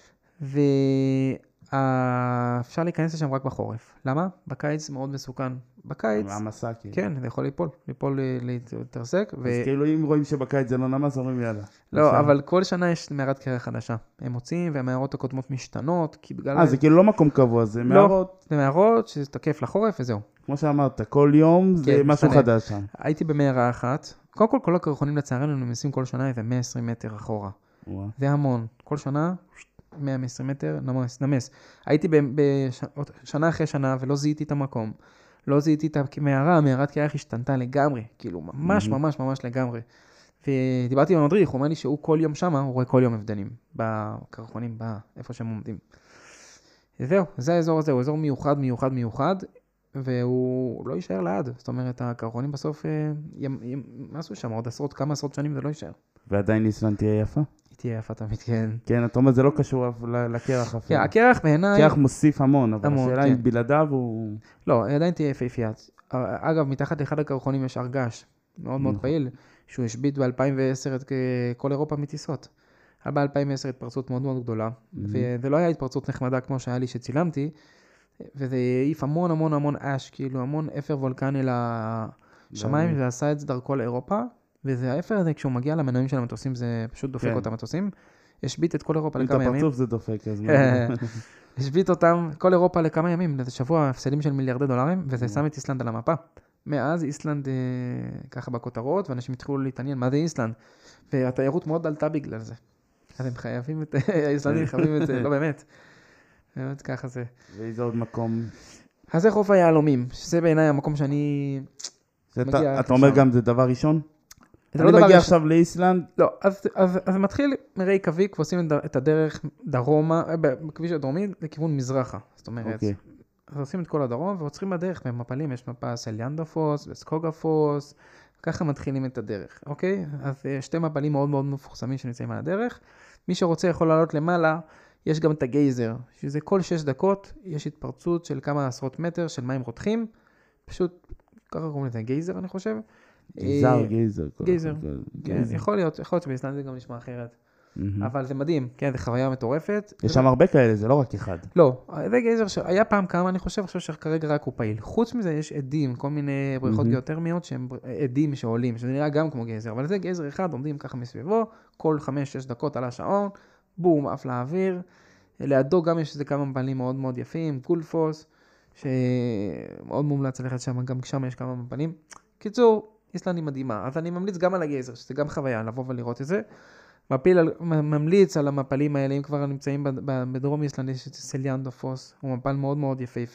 ואפשר להיכנס לשם רק בחורף. למה? בקיץ מאוד מסוכן. בקיץ... המסע, כן. כן, זה יכול ליפול, ליפול להתרסק. אז כאילו אם רואים שבקיץ זה לא נמס, אומרים יאללה. לא, אבל כל שנה יש מערת קרח חדשה. הם מוצאים, והמערות הקודמות משתנות, כי בגלל... אה, זה כאילו לא מקום קבוע, זה מערות... לא, זה מערות שזה תקף לחורף וזהו. כמו שאמרת, כל יום זה משהו חדש שם. הייתי במערה אחת. קודם כל, כל הקרחונים לצערנו נמסים כל שנה איזה מאה ועשרים מטר אחורה. זה המון. כל שנה... מאה ועשרים מטר, נמס, נמס. הייתי בשנה אחרי שנה ולא זיהיתי את המקום. לא זיהיתי את המערה, המערת קרח השתנתה לגמרי. כאילו, ממש ממש ממש לגמרי. ודיברתי עם המדריך, הוא אומר לי שהוא כל יום שם, הוא רואה כל יום הבדלים. בקרחונים, באיפה שהם עומדים. זהו, זה האזור הזה, הוא אזור מיוחד, מיוחד, מיוחד, והוא לא יישאר לעד. זאת אומרת, הקרחונים בסוף, מה עשו שם? עוד עשרות, כמה עשרות שנים זה לא יישאר. ועדיין איסלנד תהיה יפה? היא תהיה יפה תמיד, כן. כן, אתה אומר, זה לא קשור לקרח אפילו. כן, הקרח בעיניי... קרח מוסיף המון, אבל השאלה אם בלעדיו הוא... לא, עדיין תהיה יפהפייה. אגב, מתחת לאחד הקרחונים יש הרגש מאוד מאוד פעיל, שהוא השבית ב-אלפיים ועשר את כל אירופה מטיסות. היה ב-אלפיים ועשר התפרצות מאוד מאוד גדולה, וזה לא היה התפרצות נחמדה כמו שהיה לי שצילמתי, וזה העיף המון המון המון אש, כאילו המון אפר וולקני לשמיים, ועשה את זה דרכו לאירופה, וזה האפר הזה, כשהוא מגיע למנועים של המטוסים, זה פשוט דופק אותם מטוסים, השביט את כל אירופה לכמה ימים. אם את הפרצוף זה דופק, אז מה? השביט אותם, כל אירופה לכמה ימים, לזה שבוע הפסדים של מיליארדי דולרים, וזה שם את איסלנד על המפה. מאז איסלנד ככה בכותרות, ואנשים התחילו להתעניין מה זה איסלנד, והתיירות מאוד עלתה בגלל זה. אז הם חייבים את, האיסלנדים חייבים את זה, לא באמת. באמת ככה זה. ואיזה עוד מקום? אז זה חוף היהלומים, שזה בעיניי המקום שאני מגיע. אתה אומר גם זה דבר ראשון? אני לא מגיע עכשיו לאיסלנד? לא, אז, אז, אז מתחיל מרייקאביק ועושים את הדרך דרומה, בכביש הדרומי לכיוון מזרחה. זאת אומרת, okay. אז עושים את כל הדרום ועוצרים בדרך במפלים, יש מפה סליאנדפוס וסקוגפוס, ככה מתחילים את הדרך, אוקיי? אז שתי מפלים מאוד מאוד מפורסמים שנמצאים על הדרך. מי שרוצה יכול לעלות למעלה, יש גם את הגייזר, שזה כל שש דקות, יש התפרצות של כמה עשרות מטר של מים רותחים, פשוט, ככה קוראים לזה גייזר אני חושב. גייזר, גייזר. גייזר, כן, יכול להיות, יכול להיות שבאיסלנד זה גם נשמע אחרת. אבל זה מדהים, כן, זה חוויה מטורפת. יש שם הרבה כאלה, זה לא רק אחד. לא, זה גייזר שהיה פעם כמה, אני חושב, חושב שכרגע רק הוא פעיל. חוץ מזה יש עדים, כל מיני בריכות גיאותרמיות שהם עדים שעולים, שזה נראה גם כמו גייזר, אבל זה גייזר אחד, עומדים ככה מסביבו, כל חמש שש דקות על השעון, בום, עף לאוויר. לידו גם יש איזה כמה מפלים מאוד מאוד יפים, גולפוס, שמאוד מומלץ ללכת שם, גם שם יש כמה מפלים. קיצור, איסלנד היא מדהימה, אז אני ממליץ גם על הגייזר, שזה גם חוויה, לבוא ולראות את זה. מפיל על, ממליץ על המפלים האלה, אם כבר נמצאים בדרום איסלנד, יש את סליאנדפוס, הוא מפל מאוד מאוד יפהפה.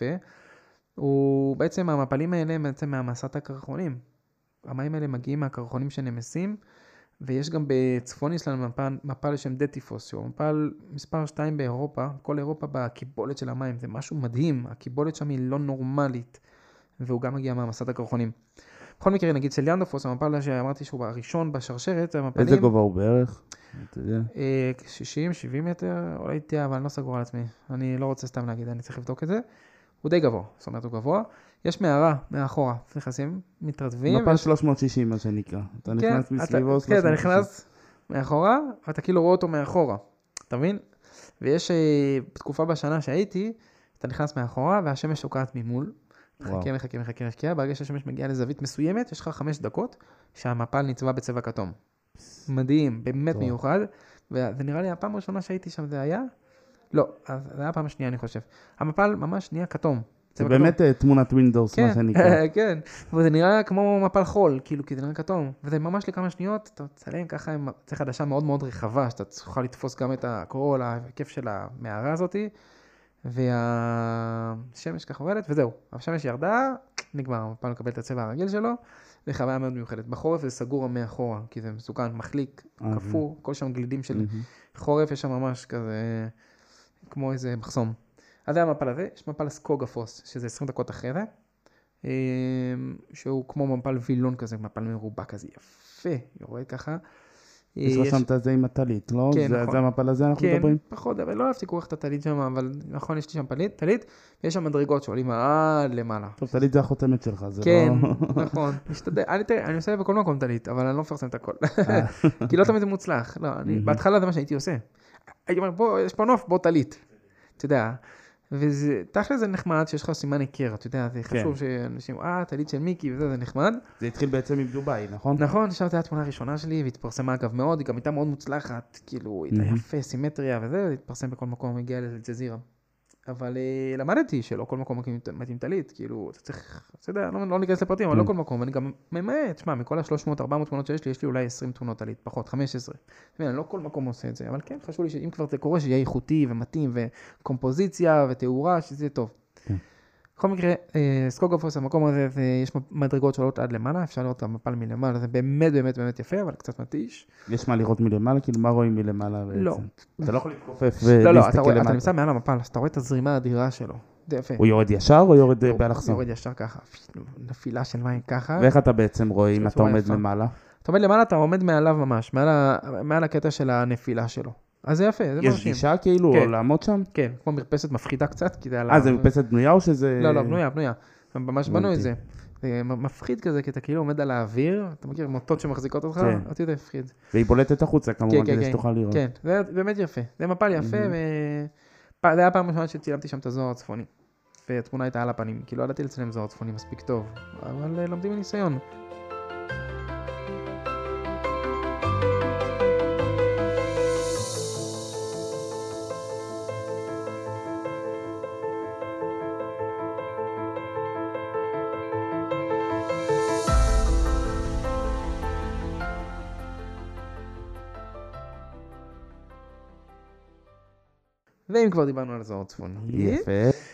הוא בעצם, המפלים האלה הם בעצם מהמסת הקרחונים. המים האלה מגיעים מהקרחונים שנמסים, ויש גם בצפון איסלנד מפל, מפל לשם דטיפוס, שהוא מפל מספר שתיים באירופה, כל אירופה בקיבולת של המים, זה משהו מדהים, הקיבולת שם היא לא נורמלית, והוא גם מגיע מהמסת הקרחונים. בכל מקרה, נגיד סליאנדפוס, המפל שאמרתי שהוא הראשון בשרשרת, המפלים... איזה גובה הוא בערך? אתה יודע? שישים שבעים מטר, אולי תהיה, אבל אני לא סגור על עצמי. אני לא רוצה סתם להגיד, אני צריך לבדוק את זה. הוא די גבוה, זאת אומרת הוא גבוה. יש מערה מאחורה, נכנסים, מתרטבים. מפל שלוש מאות שישים, מה שנקרא. אתה נכנס מסביבו שלוש מאות שישים. כן, אתה נכנס מאחורה, ואתה כאילו רואה אותו מאחורה. אתה מבין? ויש תקופה בשנה שהייתי, אתה נכנס מאחורה, והשמש שוקעת ממול. מחכה, מחכה, מחכה, מחכה. ברגע שהשמש מגיעה לזווית מסוימת, יש לך חמש דקות שהמפל נצבע בצבע כתום. מדהים, באמת מיוחד. וזה נראה לי הפעם הראשונה שהייתי שם זה היה? לא, זה היה הפעם השנייה אני חושב. המפל ממש נהיה כתום. זה באמת תמונת ווינדוס, מה שנקרא. כן, וזה נראה כמו מפל חול, כאילו, כי זה נראה כתום. וזה ממש לכמה שניות, אתה צלם ככה, זה חדשה מאוד מאוד רחבה, שאתה תוכל לתפוס גם את כל הכיף של המערה הזאת. והשמש ככה עובדת, וזהו. השמש ירדה, נגמר, המפל מקבל את הצבע הרגיל שלו, זה חוויה מאוד מיוחדת. בחורף זה סגור מאחורה, כי זה מסוכן, מחליק, כפו, כל שם גלידים של חורף, יש שם ממש כזה, כמו איזה מחסום. אז זה המפל הזה, יש מפל סקוגפוס, שזה עשרים דקות אחרי זה, שהוא כמו מפל וילון כזה, מפל מרובע כזה, יפה, יורד ככה. יש לך שם את זה עם הטלית, לא? כן, נכון. זה המפל הזה אנחנו מדברים? כן, פחות, אבל לא אהבתי כל כך את הטלית שם, אבל נכון, יש לי שם טלית, ויש שם מדרגות שעולים עד למעלה. טוב, טלית זה החותמת שלך, זה לא... כן, נכון, משתדל, אני עושה בכל מקום טלית, אבל אני לא מפרסם את הכל. כי לא תמיד זה מוצלח, לא, בהתחלה זה מה שהייתי עושה. הייתי אומר, בוא, יש פה נוף, בוא טלית. אתה יודע, ותכל'ס זה נחמד שיש לך סימן הכר, אתה יודע, זה חשוב שאנשים, אה, טלית של מיקי וזה, זה נחמד. זה התחיל בעצם עם דוביי, נכון? נכון, שם זה התמונה הראשונה שלי, והתפרסמה אגב מאוד, היא גם הייתה מאוד מוצלחת, כאילו, הייתה יפה, סימטריה וזה, התפרסם בכל מקום, הגיע לג'זירה. אבל למדתי שלא כל מקום מתאים טלית, כאילו, אתה צריך, אתה יודע, לא ניכנס לפרטים, אבל לא כל מקום, ואני גם ממעט, שמע, מכל ה-שלוש מאות ארבע מאות תמונות שיש לי, יש לי אולי עשרים תמונות טלית, פחות, חמש עשרה. אני לא כל מקום עושה את זה, אבל כן, חשוב לי שאם כבר זה קורה, שיהיה איכותי ומתאים, וקומפוזיציה ותאורה, שזה טוב. בכל מקרה, סקוגפוס, המקום הזה, יש מדרגות שעולות עד למעלה, אפשר לראות את המפל מלמעלה, זה באמת באמת באמת יפה, אבל קצת מתיש. יש מה לראות מלמעלה? כאילו, מה רואים מלמעלה בעצם? לא. אתה לא יכול להתכופף ולהסתכל למטה. לא, לא, אתה נמצא מעל המפל, אז אתה רואה את הזרימה האדירה שלו. זה יפה. הוא יורד ישר או יורד באלכסון? הוא יורד ישר ככה, נפילה של מים ככה. ואיך אתה בעצם רואה אם אתה עומד למעלה? אתה עומד למעלה, אתה עומד מעליו ממש, מעל הקטע של הנפילה שלו. אז זה יפה, זה מרשים. יש גישה כאילו, או לעמוד שם? כן, כמו מרפסת מפחידה קצת, כי זה על... אה, זה מרפסת בנויה או שזה... לא, לא, בנויה, בנויה. ממש בנו את זה. זה מפחיד כזה, כי אתה כאילו עומד על האוויר, אתה מכיר מוטות שמחזיקות אותך, אותי זה מפחיד. והיא בולטת החוצה כמובן, כדי שתוכל לראות. כן, זה באמת יפה. זה מפל יפה, וזה היה פעם ראשונה שצילמתי שם את הזוהר הצפוני. והתמונה הייתה על הפנים, כאילו ידעתי לצלם זוהר צפוני מספיק טוב, אבל לומדים מניסיון. ואם כבר דיברנו על זוהר צפוני, יפה.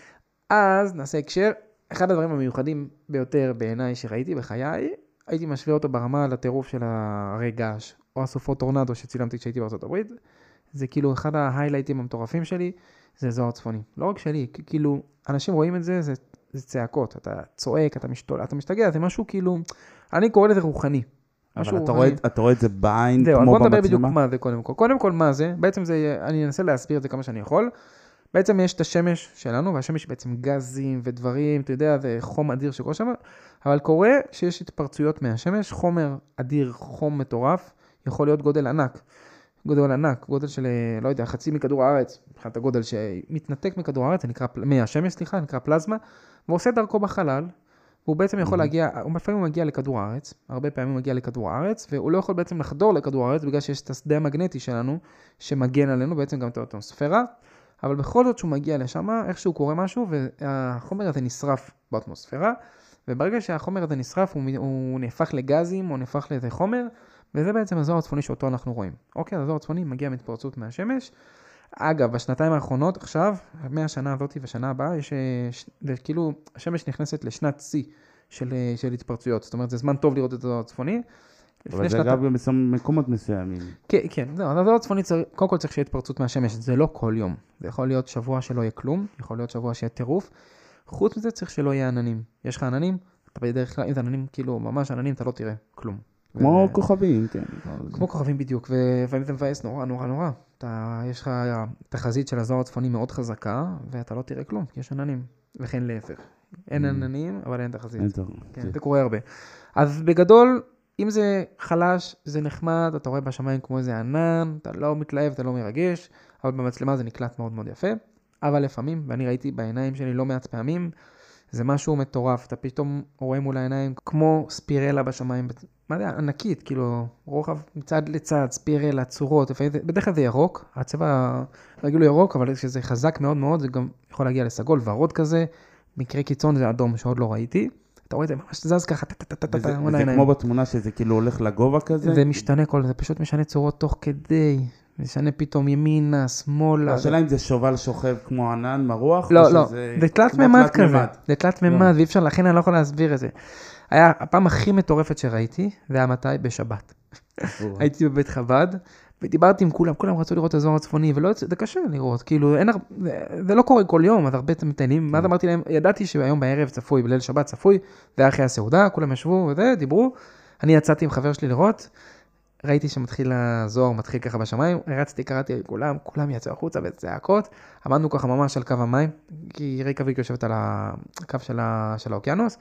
אז נעשה הקשר. אחד הדברים המיוחדים ביותר בעיניי שראיתי בחיי, הייתי משווה אותו ברמה לטירוף של הרי געש, או הסופות טורנדו שצילמתי כשהייתי בארצות הברית. זה כאילו אחד ההיילייטים המטורפים שלי, זה זוהר צפוני. לא רק שלי, כאילו, אנשים רואים את זה, זה, זה צעקות. אתה צועק, אתה משתול, אתה משתגע, זה משהו כאילו, אני קורא לזה רוחני. אבל אתה רואה, אתה רואה את זה בעין כמו במצלמה? בוא נדבר בדיוק מה זה קודם כל. קודם כל מה זה, בעצם זה, אני אנסה להסביר את זה כמה שאני יכול. בעצם יש את השמש שלנו, והשמש בעצם גזים ודברים, אתה יודע, זה חום אדיר שקורה שם, אבל קורה שיש התפרצויות מהשמש, חומר אדיר, חום מטורף, יכול להיות גודל ענק. גודל ענק, גודל של, לא יודע, חצי מכדור הארץ, מבחינת הגודל שמתנתק מכדור הארץ, זה נקרא, מהשמש, סליחה, נקרא פלזמה, ועושה דרכו בחלל, והוא בעצם יכול להגיע, לפעמים הוא מגיע לכדור הארץ, הרבה פעמים הוא מגיע לכדור הארץ, והוא לא יכול בעצם לחדור לכדור הארץ, בגלל שיש את השדה המגנטי שלנו, שמגן עלינו, בעצם גם את האטמוספירה, אבל בכל זאת שהוא מגיע לשם, איכשהו קורה משהו, והחומר הזה נשרף באטמוספירה, וברגע שהחומר הזה נשרף, הוא, הוא נהפך לגזים, או נהפך לאיזה חומר, וזה בעצם הזוהר הצפוני שאותו אנחנו רואים. אוקיי, הזוהר הצפוני מגיע מתפרצות מהשמש. אגב, בשנתיים האחרונות, עכשיו, מהשנה הזאת ושנה הבאה, יש, כאילו, השמש נכנסת לשנת שיא של, של התפרצויות. זאת אומרת, זה זמן טוב לראות את הזוהר הצפוני. אבל זה אגב במקומות מסוימים. כן, כן. הזוהר הצפוני, קודם כל צריך שיהיה התפרצות מהשמש. זה לא כל יום. זה יכול להיות שבוע שלא יהיה כלום, יכול להיות שבוע שיהיה טירוף. חוץ מזה צריך שלא יהיה עננים. יש לך עננים, אתה בדרך כלל, אם זה עננים, כאילו, ממש עננים, אתה לא תראה כלום. כמו כוכבים, כן. כמו כוכבים בדיוק, ואם זה מבאס נורא נורא נורא. יש לך תחזית של הזוהר הצפוני מאוד חזקה, ואתה לא תראה כלום, כי יש עננים, וכן להפך. אין עננים, אבל אין תחזית. זה קורה הרבה. אז בגדול, אם זה חלש, זה נחמד, אתה רואה בשמיים כמו איזה ענן, אתה לא מתלהב, אתה לא מרגש, אבל במצלמה זה נקלט מאוד מאוד יפה. אבל לפעמים, ואני ראיתי בעיניים שלי לא מעט פעמים, זה משהו מטורף, אתה פתאום רואה מול העיניים כמו ספירלה בשמיים, מה זה, ענקית, כאילו, רוחב מצד לצד, ספירלה, צורות, בדרך כלל זה ירוק, הצבע רגיל הוא ירוק, אבל כשזה חזק מאוד מאוד, זה גם יכול להגיע לסגול ורוד כזה, מקרה קיצון זה אדום שעוד לא ראיתי, אתה רואה את זה ממש זז ככה, וזה כמו בתמונה שזה כאילו הולך לגובה כזה? זה משתנה כל זה, פשוט משנה צורות תוך כדי, משנה פתאום ימינה, שמאלה. השאלה אם זה שובל שוכב כמו ענן מרוח? לא, לא, זה תלת ממד כזה. זה תלת ממד, ואי אפשר, לכן אני לא יכול להסביר את זה. היה הפעם הכי מטורפת שראיתי, זה היה מתי? בשבת. הייתי בבית חב"ד, ודיברתי עם כולם, כולם רצו לראות את הזוהר הצפוני, ולא, זה קשה לראות, כאילו, זה לא קורה כל יום, אז הרבה מתעניינים, מה אמרתי להם, ידעתי שהיום בערב צפוי, בליל שבת צפוי, זה היה אחרי הסעודה, כולם ישבו וזה, דיברו, אני יצאתי עם חבר שלי לראות, ראיתי שמתחיל הזוהר, מתחיל ככה בשמיים, הרצתי, קראתי לכולם, כולם יצאו החוצה וצעקות, עמדנו ככה ממש על קו המים, כי רייקאביק יושבת על הקו של, ה... של האוקיינוס,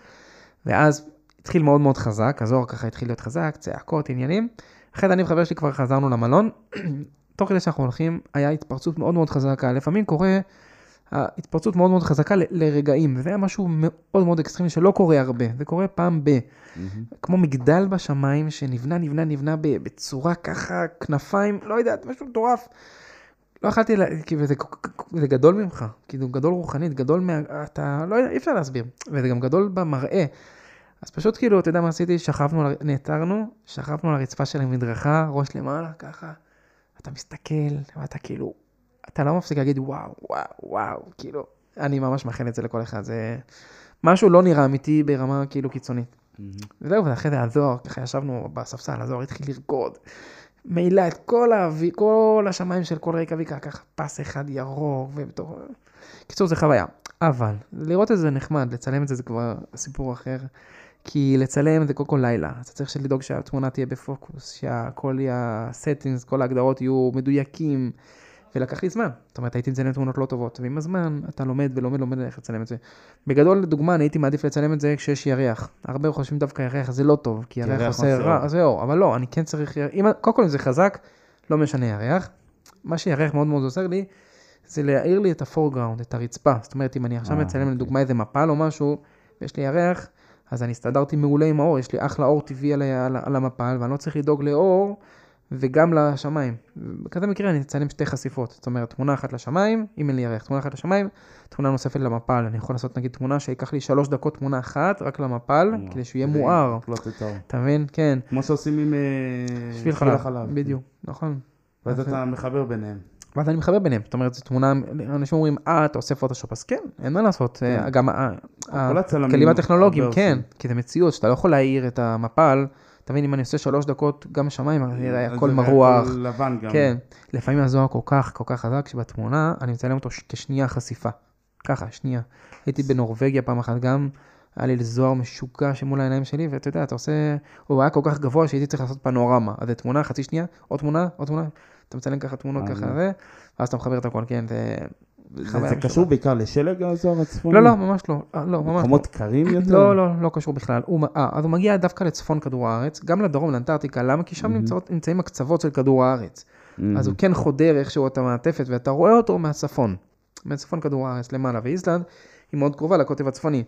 ואז התחיל מאוד מאוד חזק, הזוהר ככה התחיל להיות חזק, צעקות, עניינים, אחרי אני וחבר שלי כבר חזרנו למלון, תוך כדי שאנחנו הולכים, היה התפרצות מאוד מאוד חזקה, לפעמים קורה התפרצות מאוד מאוד חזקה ל- לרגעים, וזה היה משהו מאוד מאוד אקסטרימי שלא קורה הרבה, זה קורה פעם ב... Mm-hmm. כמו מגדל בשמיים שנבנה, נבנה, נבנה בצורה ככה, כנפיים, לא יודעת, משהו מטורף. לא יכלתי, לה... כי זה, זה גדול ממך, כאילו גדול רוחנית, גדול מה... אתה לא יודע, אי אפשר להסביר, וזה גם גדול במראה. אז פשוט כאילו, אתה יודע מה עשיתי? שכבנו, נעתרנו, שכבנו על הרצפה של המדרכה, ראש למעלה, ככה, אתה מסתכל, ואתה כאילו... אתה לא מפסיק להגיד וואו, וואו, וואו, כאילו, אני ממש מאחל את זה לכל אחד, זה משהו לא נראה אמיתי ברמה כאילו קיצונית. וזהו, ואחרי זה הזוהר, ככה ישבנו בספסל, הזוהר התחיל לרקוד, מעילה את כל, האבי, כל השמיים של כל רייקאביק, ככה פס אחד ירוק, ובתור... קיצור, זה חוויה. אבל, לראות את זה נחמד, לצלם את זה זה כבר סיפור אחר, כי לצלם זה כל כל לילה, אתה צריך לדאוג שהתמונה תהיה בפוקוס, שהכל יהיה settings, כל ההגדרות יהיו מדויקים, ולקח לי זמן. זאת אומרת, הייתי מצלם תמונות לא טובות, ועם הזמן אתה לומד ולומד, לומד איך לצלם את זה. בגדול, לדוגמה, אני הייתי מעדיף לצלם את זה כשיש ירח. הרבה חושבים דווקא ירח זה לא טוב, כי ירח עושה רע, אז זהו, אבל לא, אני כן צריך, אם, קודם כל אם זה חזק, לא משנה ירח. מה שירח מאוד מאוד עוזר לי, זה להעיר לי את הפורגראונד, את הרצפה. זאת אומרת, אם אני עכשיו מצלם לדוגמה איזה מפל או משהו, ויש לי ירח, אז אני הסתדרתי מעולה עם האור, יש לי אחלה אור טבעי על, על, על המפל, ואני לא צריך לדאוג לאור, וגם לשמיים. בכזה מקרה אני אצלם שתי חשיפות. זאת אומרת, תמונה אחת לשמיים, אם אין לי ירח, תמונה אחת לשמיים, תמונה נוספת למפל. אני יכול לעשות נגיד תמונה שיקח לי שלוש דקות תמונה אחת, רק למפל, כדי שהוא יהיה מואר. אתה מבין? כן. כמו שעושים עם שביל חלב. בדיוק, נכון. ואז אתה מחבר ביניהם. ואז אני מחבר ביניהם. זאת אומרת, זו תמונה, אנשים אומרים, אה, אתה עושה פוטושופ, אז כן, אין מה לעשות. גם הכלים הטכנולוגיים, כן, כי זה מציאות, שאתה לא יכול להעיר את המפל, תבין, אם אני עושה שלוש דקות, גם שמיים, הכל מרוח. לבן גם. כן, לפעמים הזוהר כל כך, כל כך חזק, שבתמונה אני מצלם אותו כשנייה חשיפה. ככה, שנייה. הייתי בנורווגיה פעם אחת גם, היה לי זוהר משוגע שמול העיניים שלי, ואתה יודע, אתה עושה, הוא היה כל כך גבוה שהייתי צריך לעשות פנורמה. אז זה תמונה, חצי שנייה, עוד תמונה, עוד תמונה, אתה מצלם ככה תמונות ככה, ואז אתה מחבר את הכל, כן, זה... זה קשור בעיקר לשלג הזוהר הצפוני? לא, לא, ממש לא. מקומות קרים יותר? לא, לא, לא קשור בכלל. אז הוא מגיע דווקא לצפון כדור הארץ, גם לדרום, לאנטארקטיקה, למה? כי שם נמצאים הקצוות של כדור הארץ. אז הוא כן חודר איכשהו את המעטפת, ואתה רואה אותו מהצפון, מהצפון כדור הארץ למעלה, ואיסלנד היא מאוד קרובה לקוטב הצפוני.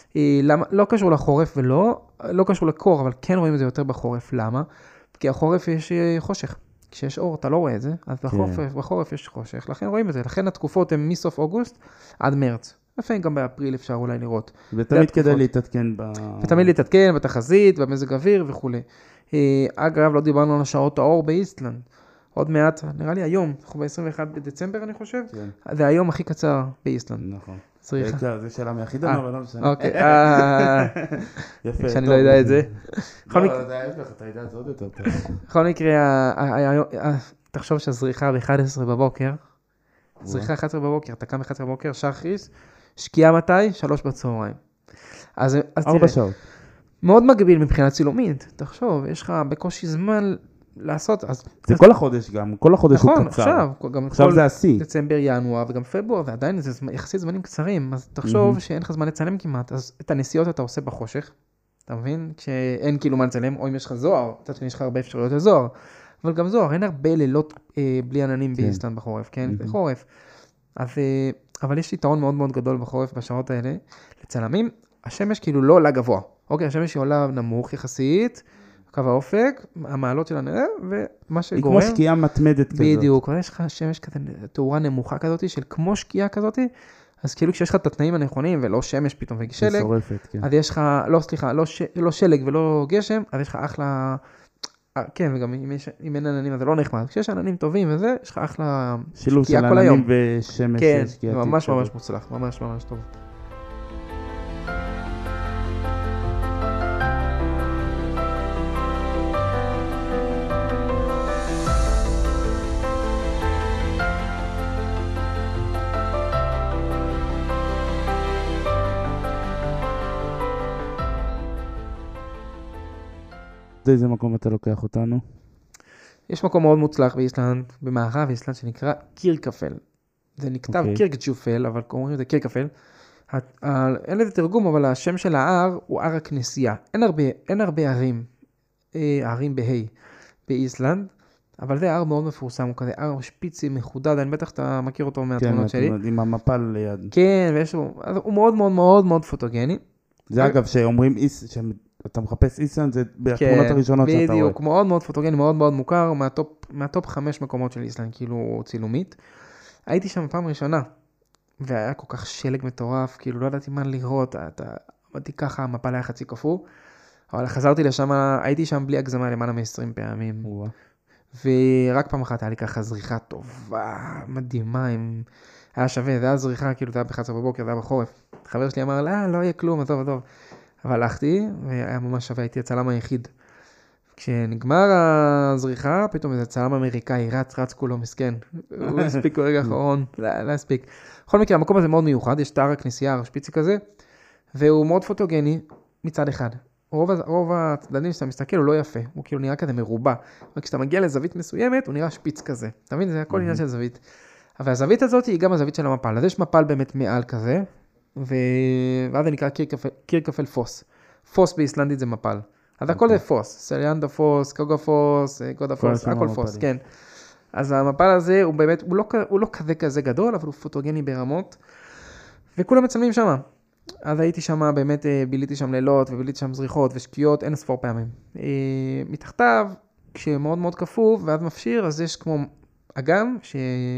לא קשור לחורף ולא, לא קשור לקור, אבל כן רואים את זה יותר בחורף. למה? כי החורף יש חושך. כשיש אור, אתה לא רואה את זה, אז בחורף, בחורף יש חושך, לכן רואים את זה. לכן התקופות הן מסוף אוגוסט עד מרץ. לפעמים גם באפריל אפשר אולי לראות. ותמיד כדי להתעדכן ב... ותמיד להתעדכן בתחזית, במזג אוויר וכו'. אגב, לא דיברנו על השעות האור באיסלנד. עוד מעט, נראה לי היום, אנחנו ב-עשרים ואחד בדצמבר אני חושב, זה היום הכי קצר באיסלנד. נכון. צריכה. זה שאלה מהחידה, אבל לא משנה. אוקיי, יפה. שאני לא יודע את זה. לא, זה ההפך, אתה יודע, זה עוד יותר טוב. בכל מקרה, תחשוב שהזריחה ב-אחת עשרה בבוקר, זריחה אחת עשרה בבוקר, אתה קם ב-אחת עשרה בבוקר, שחריס, שקיעה מתי? שלוש בצהריים. ארבע שעות. מאוד מגביל מבחינת צילומית, תחשוב, יש לך בקושי זמן לעשות, אז... זה כל החודש גם, כל החודש הוא קצר. נכון, עכשיו. עכשיו זה השיא. דצמבר, ינואר וגם פברואר, ועדיין זה יחסית זמנים קצרים, אז תחשוב שאין לך זמן לצלם כמעט, אז את הנסיעות אתה עושה בחושך, אתה מבין? כשאין כאילו מה לצלם, או אם יש לך זוהר, קצת שיש לך הרבה אפשרויות לזוהר, אבל גם זוהר, אין הרבה לילות בלי עננים באיסלנד בחורף, כן? זה חורף. אבל יש יתרון מאוד מאוד גדול בחורף בשעות האלה, לצלמים, השמש כאילו לא עולה גבוה, אוקיי, השמש היא עולה נמוך יחסית, קו האופק, המעלות שלה נראה, ומה שגורם... היא כמו שקיעה מתמדת כזאת. בדיוק, יש לך שמש כזה, תאורה נמוכה כזאת, של כמו שקיעה כזאת, אז כאילו כשיש לך את התנאים הנכונים, ולא שמש פתאום ושלג, שורפת, כן. אז יש לך, לא, סליחה, לא, ש, לא שלג ולא גשם, אז יש לך אחלה, כן, וגם אם, יש, אם אין עננים, אז זה לא נחמד. כשיש עננים טובים וזה, יש לך אחלה שילוב של עננים ושמש. כן, ממש ממש מוצלח, ממש ממש טוב. איזה מקום אתה לוקח אותנו? יש מקום מאוד מוצלח באיסלנד, במערב איסלנד, שנקרא קירקפל. זה נכתב okay. קירקג'ופל, אבל קוראים לזה קירקפל. אין לזה תרגום, אבל השם של ההר הוא הר הכנסייה. אין הרבה, אין הרבה ערים, ערים בהי באיסלנד, אבל זה הר מאוד מפורסם, הוא כזה הר שפיצי, מחודד, אני בטח אתה מכיר אותו מהתמונות שלי. כן, עם המפל ליד. כן, ויש לו, הוא מאוד מאוד מאוד מאוד פוטוגני. זה אגב, שאומרים איס, אתה מחפש איסלנד, זה בתמונות הראשונות שאתה רואה. בדיוק, מאוד מאוד פוטוגני, מאוד מאוד מוכר, מהטופ, מהטופ חמש מקומות של איסלנד, כאילו צילומית. הייתי שם פעם ראשונה, והיה כל כך שלג מטורף, כאילו לא ידעתי מה לראות, אתה עמדתי ככה, המפל היה חצי כפור, אבל חזרתי לשם, הייתי שם בלי הגזמה למעלה מ-עשרים פעמים. ורק פעם אחת היה לי ככה זריחה טובה, מדהימה, עם... היה שווה, זה היה זריחה, כאילו זה היה ב-אחת עשרה בבוקר, זה היה בחורף. חבר שלי אמר, לא, לא יהיה כלום, עזוב, עזוב. אבל הלכתי, והיה ממש שווה, הייתי הצלם היחיד. כשנגמר הזריחה, פתאום איזה צלם אמריקאי, רץ, רץ כולו, מסכן. הוא הספיק ברגע האחרון, לא, לא הספיק. בכל מקרה, המקום הזה מאוד מיוחד, יש תאר הכנסייה, הר שפיצי כזה, והוא מאוד פוטוגני מצד אחד. רוב, רוב הצדדים שאתה מסתכל הוא לא יפה, הוא כאילו נראה כזה מרובע. וכשאתה מגיע לזווית מסוימת, הוא נראה שפיץ כזה. אתה מבין? זה הכל עניין של זווית. והזווית הזאת היא גם הזווית של המפל. אז יש מפל באמת מעל כזה, ו... ואז זה נקרא קירקפל פוס. פוס באיסלנדית זה מפל. אז הכל זה פוס. סליאנדה פוס, קוגה פוס, גודה פוס, הכל פוס, כן. אז המפל הזה הוא באמת, הוא לא, הוא לא כזה כזה גדול, אבל הוא פוטוגני ברמות, וכולם מצלמים שם. אז הייתי שם, באמת ביליתי שם לילות, וביליתי שם זריחות ושקיעות, אין ספור פעמים. מתחתיו, כשמאוד מאוד כפוף, ואז מפשיר, אז יש כמו אגם, ש...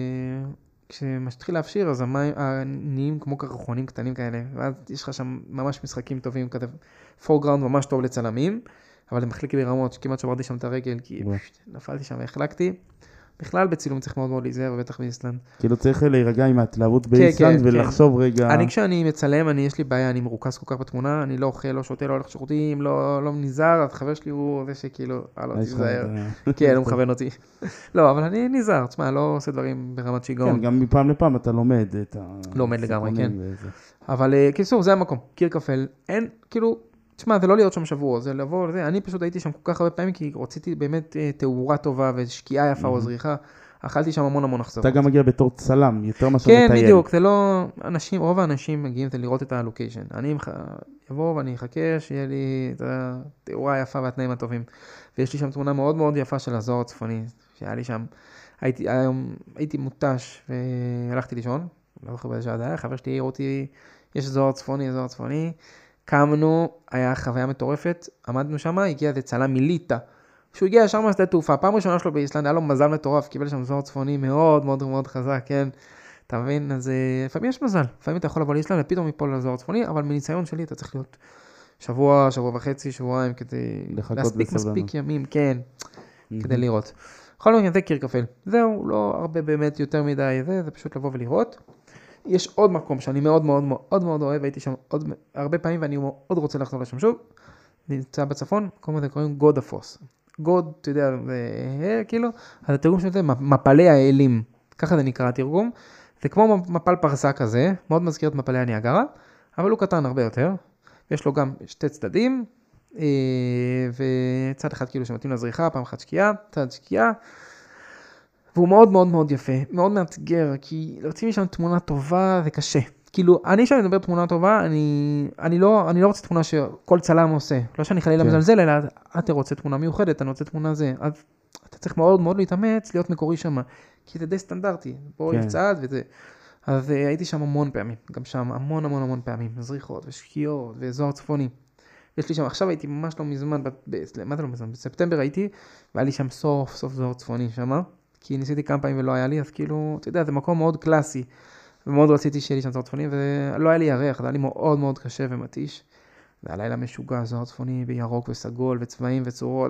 כשמשתחיל להפשיר, אז המים נהיים כמו קרחונים קטנים כאלה, ואז יש לך שם ממש משחקים טובים, כזה פורגראונד ממש טוב לצלמים, אבל הם מחליקי ברמות, שכמעט שברתי שם את הרגל, כי נפלתי שם והחלקתי. בכלל בצילום צריך מאוד מאוד להיזהר, ובטח באיסלנד. כאילו צריך להירגע עם ההתלהבות באיסלנד ולחשוב רגע... אני כשאני מצלם, אני יש לי בעיה, אני מרוכז כל כך בתמונה, אני לא אוכל, לא שותה, לא הולך שירותים, לא נזהר, אז חבר שלי הוא זה שכאילו, אה לא, תזהר. כן, הוא מכוון אותי. לא, אבל אני נזהר, תשמע, לא עושה דברים ברמת שיגעון. כן, גם מפעם לפעם אתה לומד את ה... לומד לגמרי, כן. אבל קיצור, זה המקום, קירקפל, אין, כאילו, תשמע, זה לא להיות שם שבוע, זה לבוא, זה, אני פשוט הייתי שם כל כך הרבה פעמים, כי רציתי באמת תאורה טובה ושקיעה יפה או זריחה, אכלתי שם המון המון אכזבות. אתה גם מגיע בתור צלם, יותר משהו מטייל. כן, בדיוק, זה לא, אנשים, רוב האנשים מגיעים לראות את הלוקיישן. אני אבוא ואני אחכה שיהיה לי את התאורה היפה והתנאים הטובים. ויש לי שם תמונה מאוד מאוד יפה של הזוהר הצפוני, שהיה לי שם, הייתי, היום, הייתי מוטש והלכתי לישון, לא זוכר באיזה שעה זה היה, חבר שלי העיר אותי, יש זוהר צפוני, זוהר צפוני, קמנו, היה חוויה מטורפת, עמדנו שם, הגיע איזה צלם מליטה, שהוא הגיע ישר מהשדה תעופה, פעם ראשונה שלו באיסלנד, היה לו מזל מטורף, קיבל שם זוהר צפוני מאוד מאוד מאוד חזק, כן, אתה מבין? אז לפעמים יש מזל, לפעמים אתה יכול לבוא לאיסלנד, ופתאום יפול לזוהר צפוני, אבל מניסיון שלי אתה צריך להיות שבוע, שבוע וחצי, שבועיים, כדי להספיק מספיק ימים, כן, כדי לראות. בכל מקרה, זה קירקפל, זהו, לא הרבה באמת יותר מדי, זה, זה פשוט לבוא ולראות. יש עוד מקום שאני מאוד מאוד מאוד מאוד אוהב, הייתי שם עוד הרבה פעמים, ואני מאוד רוצה לחזור לשם שוב, נמצא בצפון, מקום הזה קוראים גודה פוס. גוד, אתה יודע, כאילו, אז התרגום של זה, מפלי האלים, ככה זה נקרא התרגום, זה כמו מפל פרסה כזה, מאוד מזכיר את מפלי הניאגרה, אבל הוא קטן הרבה יותר, יש לו גם שתי צדדים, וצד אחד כאילו שמתאים לזריחה, פעם אחת שקיעה, צד שקיעה, והוא מאוד מאוד מאוד יפה, מאוד מאתגר, כי להוציא משם תמונה טובה זה קשה. כאילו, אני שאני מדבר תמונה טובה, אני, אני לא, אני לא רוצה תמונה שכל צלם עושה. לא שאני חלילה מזלזל, אלא אתה רוצה תמונה מיוחדת, אני רוצה תמונה זה. אז אתה צריך מאוד מאוד להתאמץ, להיות מקורי שם, כי זה די סטנדרטי. פה יש צעד וזה. אז הייתי שם המון פעמים, גם שם המון המון המון פעמים, זריחות ושקיעות וזוהר צפוני. יש לי שם, עכשיו הייתי ממש לא מזמן, מה זה לא מזמן? בספטמבר הייתי, והיה לי שם סוף סוף זוהר צפוני שם, כי ניסיתי כמה פעמים ולא היה לי, אז כאילו, אתה יודע, זה מקום מאוד קלאסי. ומאוד רציתי שיהיה לי שם זוהר צפוני, ולא היה לי ירח, זה היה לי מאוד מאוד קשה ומתיש. זה היה לילה משוגע, זוהר צפוני, בירוק וסגול, וצבעים וצורות.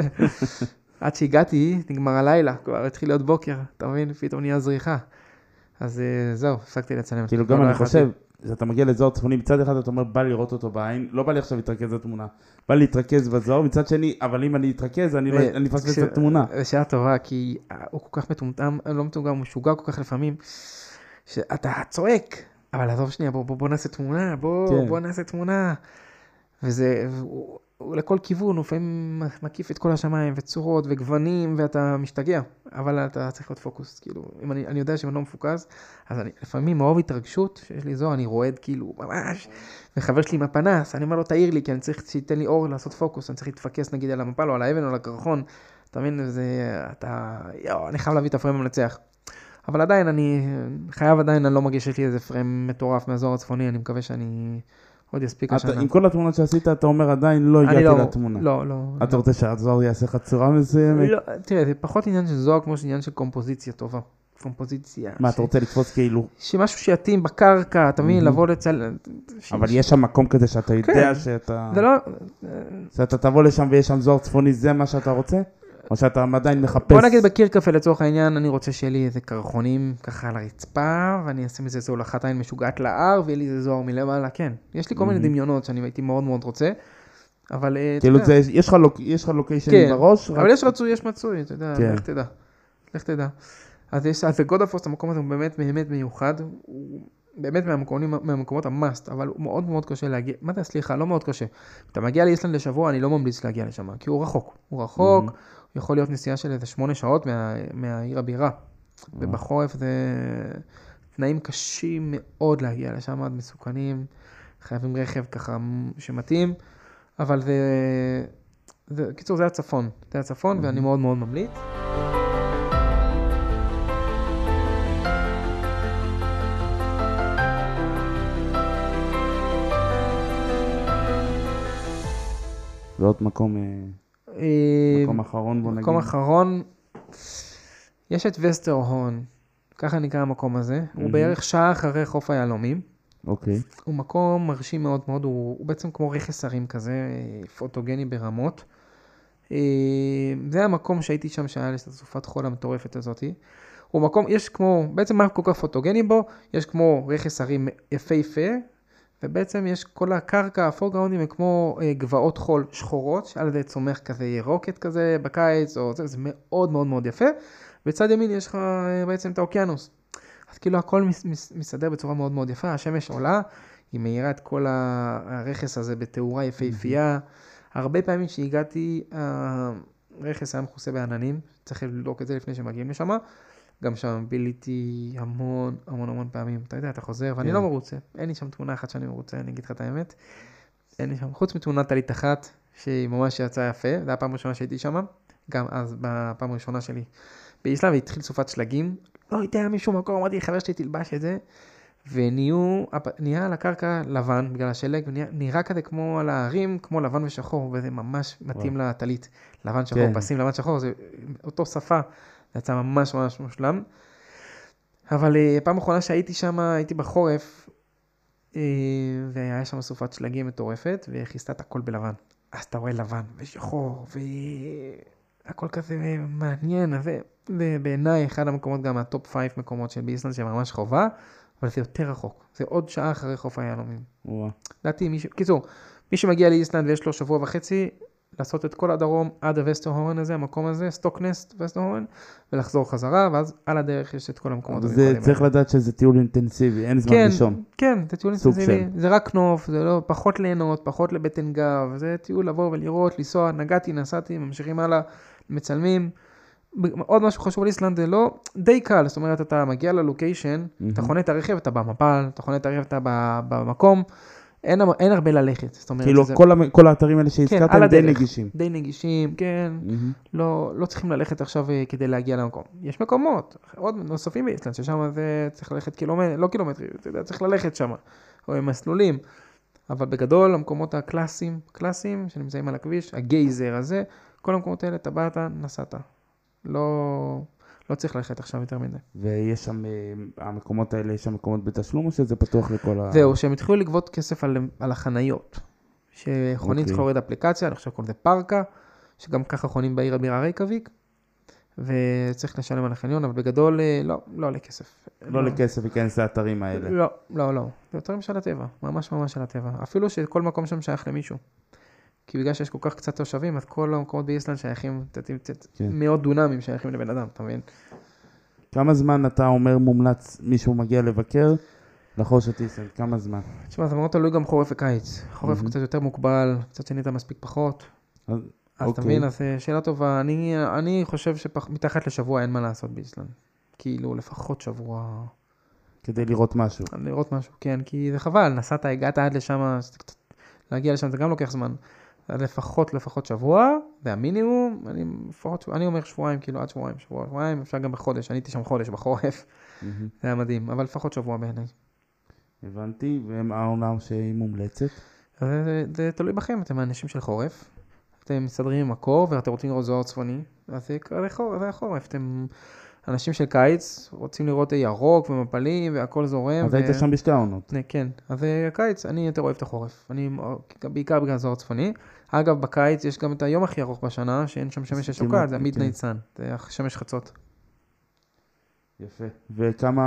עד שהגעתי, נגמר הלילה, כבר התחיל להיות בוקר, אתה מבין? פתאום נהיה זריחה. אז זהו, הפסקתי לצלם. כאילו גם אני חושב, אתה מגיע לזוהר צפוני, מצד אחד אתה אומר, בא לראות אותו בעין, לא בא לי עכשיו להתרכז בתמונה, בא להתרכז בזוהר, מצד שני, אבל אם אני אתרכז, אני אפספס את התמונה. זה שעה טובה, כי הוא כל כך מטומטם, לא מטומטם, הוא משוגע כל כך לפעמים. שאתה צועק, אבל עזוב שנייה, בוא, בוא, בוא נעשה תמונה, בוא, כן. בוא נעשה תמונה. וזה, הוא, הוא לכל כיוון, הוא לפעמים מקיף את כל השמיים, וצורות, וגוונים, ואתה משתגע. אבל אתה צריך להיות פוקוס, כאילו, אם אני, אני יודע שאני לא מפוקס, אז אני לפעמים מאוהב התרגשות, שיש לי זו, אני רועד כאילו, ממש, וחבר שלי עם הפנס, אני אומר לו, תעיר לי, כי אני צריך שייתן לי אור לעשות פוקוס, אני צריך להתפקס נגיד על המפל, או על האבן, או על הקרחון, אתה מבין, זה, אתה, יו, אני חייב להביא את הפריים המנצח. אבל עדיין, אני חייב עדיין, אני לא מרגיש שיש לי איזה פריים מטורף מהזוהר הצפוני, אני מקווה שאני עוד יספיק השנה. עם כל התמונות שעשית, אתה אומר עדיין לא הגעתי לתמונה. לא, לא. אתה רוצה שהזוהר יעשה לך צורה מסוימת? לא, תראה, זה פחות עניין של זוהר כמו שעניין של קומפוזיציה טובה. קומפוזיציה. מה, אתה רוצה לתפוס כאילו? שמשהו שיתאים בקרקע, אתה מבין, לבוא לצל... אבל יש שם מקום כזה שאתה יודע שאתה... זה לא... שאתה תבוא לשם ויש שם זוהר צפוני, זה מה שאתה רוצה? או שאתה עדיין מחפש... בוא נגיד בקירקפל לצורך העניין, אני רוצה שיהיה לי איזה קרחונים ככה על הרצפה, ואני אשים איזה זו לחת עין משוגעת להר, ויהיה לי איזה זוהר מלמעלה, כן. יש לי כל מיני דמיונות שאני הייתי מאוד מאוד רוצה, אבל... כאילו יש לך לוקיישנים בראש? אבל יש רצוי, יש מצוי, אתה יודע, לך תדע. לך תדע. אז גודה פוס, המקום הזה הוא באמת באמת מיוחד, הוא באמת מהמקומות המאסט, אבל הוא מאוד מאוד קשה להגיע, מה זה סליחה, לא מאוד קשה. אתה מגיע לאיסלנד לשבוע, אני לא ממליץ להגיע לשם, כי הוא רחוק, הוא רחוק, הוא יכול להיות נסיעה של איזה שמונה שעות מהעיר הבירה. ובחורף זה תנאים קשים מאוד להגיע לשם, עד מסוכנים, חייבים רכב ככה שמתאים, אבל זה, זה קיצור, זה הצפון, זה הצפון, ואני מאוד מאוד ממליץ. ועוד מקום, מקום אחרון, בוא נגיד. מקום אחרון, יש את וסטרהורן, ככה נקרא המקום הזה. הוא בערך שעה אחרי חוף היהלומים. אוקיי. הוא מקום מרשים מאוד מאוד, הוא בעצם כמו רכס הרים כזה, פוטוגני ברמות. זה המקום שהייתי שם, שהיה לי את הסופת חול המטורפת הזאת. הוא מקום, יש כמו, בעצם מה כל כך פוטוגני בו? יש כמו רכס הרים יפהפה, ובעצם יש כל הקרקע, הפורגראונדים, כמו אה, גבעות חול שחורות, שעל זה צומח כזה ירוקת כזה בקיץ, או זה, זה מאוד מאוד מאוד יפה. בצד ימין יש לך אה, בעצם את האוקיינוס. אז כאילו הכל מס, מס, מסתדר בצורה מאוד מאוד יפה, השמש עולה, היא מאירה את כל הרכס הזה בתאורה יפהפייה. הרבה פעמים שהגעתי, הרכס היה מכוסה בעננים, צריך לבדוק את זה לפני שמגיעים לשם. גם שם ביליתי המון, המון, המון פעמים. אתה יודע, אתה חוזר, ואני לא מרוצה. אין לי שם תמונה אחת שאני מרוצה, אני אגיד לך את האמת. אין לי שם, חוץ מתמונת עלית אחת, שהיא ממש יצאה יפה. זה היה הפעם הראשונה שהייתי שם, גם אז, בפעם הראשונה שלי באיסלנד, והתחיל סופת שלגים. לא יודע, משום מקום, אמרתי, חבר שלי תלבש את זה, ונהיה על הקרקע לבן, בגלל השלג, ונראה כזה כמו על ההרים, כמו לבן ושחור, וזה ממש מתאים לטלית. לבן שחור, פסים לבן שחור, זה אותו שפה. זה יצא ממש ממש מושלם. אבל פעם אחרונה שהייתי שם, הייתי בחורף, והיה שם סופת שלגים מטורפת, וכיסתה את הכל בלבן. אז אתה רואה לבן ושחור, והכל כזה מעניין. ובעיניי, אחד המקומות, גם הטופ פייב מקומות של באיסלנד, שממש חובה, אבל זה יותר רחוק. זה עוד שעה אחרי חוף היהלומים. דעתי, מישהו, קיצור, מי שמגיע לאיסלנד ויש לו שבוע וחצי, לעשות את כל הדרום עד הווסטרהורן הזה, המקום הזה, סטוקנסט, וסטרהורן, ולחזור חזרה, ואז על הדרך יש את כל המקומות. זה צריך לדעת שזה טיול אינטנסיבי, אין זמן לישון. כן, זה טיול אינטנסיבי, זה רק נוף, זה לא, פחות ליהנות, פחות לבטן גב, זה טיול לבוא ולראות, לנסוע, נגעתי, נסעתי, ממשיכים הלאה, מצלמים. עוד משהו חשוב על איסלנד, זה לא די קל, זאת אומרת, אתה מגיע ללוקיישן, אתה חונה את הרכב, אתה במפל, אתה חונה את הרכב, אתה במקום, אין, אין הרבה ללכת, זאת אומרת... כאילו שזה... כל, כל האתרים האלה שהזכרת כן, הם די נגישים. די נגישים, כן. Mm-hmm. לא, לא צריכים ללכת עכשיו כדי להגיע למקום. יש מקומות, עוד נוספים באיסלנד, ששם זה צריך ללכת קילומטר, לא קילומטרי, צריך ללכת שם, או עם מסלולים. אבל בגדול, המקומות הקלאסיים, קלאסיים, שנמצאים על הכביש, הגייזר הזה, כל המקומות האלה, אתה באת, נסעת. לא... לא צריך ללכת עכשיו יותר מדי. ויש שם, המקומות האלה, יש שם מקומות בתשלום, או שזה פתוח לכל ה... זהו, שהם התחילו לגבות כסף על, על החניות. שחונים צריך להוריד אפליקציה, אני חושב כל זה פארקה, שגם ככה חונים בעיר הבירה רייקאביק, וצריך לשלם על החניון, אבל בגדול לא, לא עולה כסף. לא עולה כסף וכנס לאתרים האלה. לא, לא, לא. זה אתרים של הטבע, ממש ממש של הטבע. אפילו שכל מקום שם שייך למישהו. כי בגלל שיש כל כך קצת תושבים, אז כל המקומות באיסלנד שייכים, מאות דונמים שייכים לבן אדם, אתה מבין? כמה זמן אתה אומר מומלץ מישהו מגיע לבקר לחוש את איסלנד? כמה זמן? תשמע, זה מאוד תלוי גם חורף וקיץ. חורף קצת יותר מוגבל, קצת שנית מספיק פחות. אז אתה מבין, אז שאלה טובה. אני חושב שמתחת לשבוע אין מה לעשות באיסלנד. כאילו, לפחות שבוע. כדי לראות משהו. לראות משהו, כן, כי זה חבל. נסעת, הגעת עד לשם, להגיע לשם, זה גם לוקח זמן. לפחות, לפחות שבוע, זה המינימום, אני, לפחות, אני אומר שבועיים, כאילו עד שבועיים, שבוע, שבועיים, אפשר גם בחודש, אני הייתי שם חודש בחורף, זה היה מדהים, אבל לפחות שבוע בעיניי. הבנתי, והעונה שהיא מומלצת? זה, זה, זה תלוי בכם, אתם האנשים של חורף, אתם מסתדרים עם הקור, ואתם רוצים לראות זוהר צפוני, אז זה, זה, חור, זה החורף, אתם אנשים של קיץ, רוצים לראות ירוק ומפלים, והכל זורם. אז ו... היית שם בשתי העונות. כן, אז הקיץ, אני יותר אוהב את החורף, אני בעיקר בגלל זוהר צפוני. אגב, בקיץ יש גם את היום הכי ארוך בשנה, שאין שם שמש ששוקעת, זה המידנייט סאן, זה שמש חצות. יפה. וכמה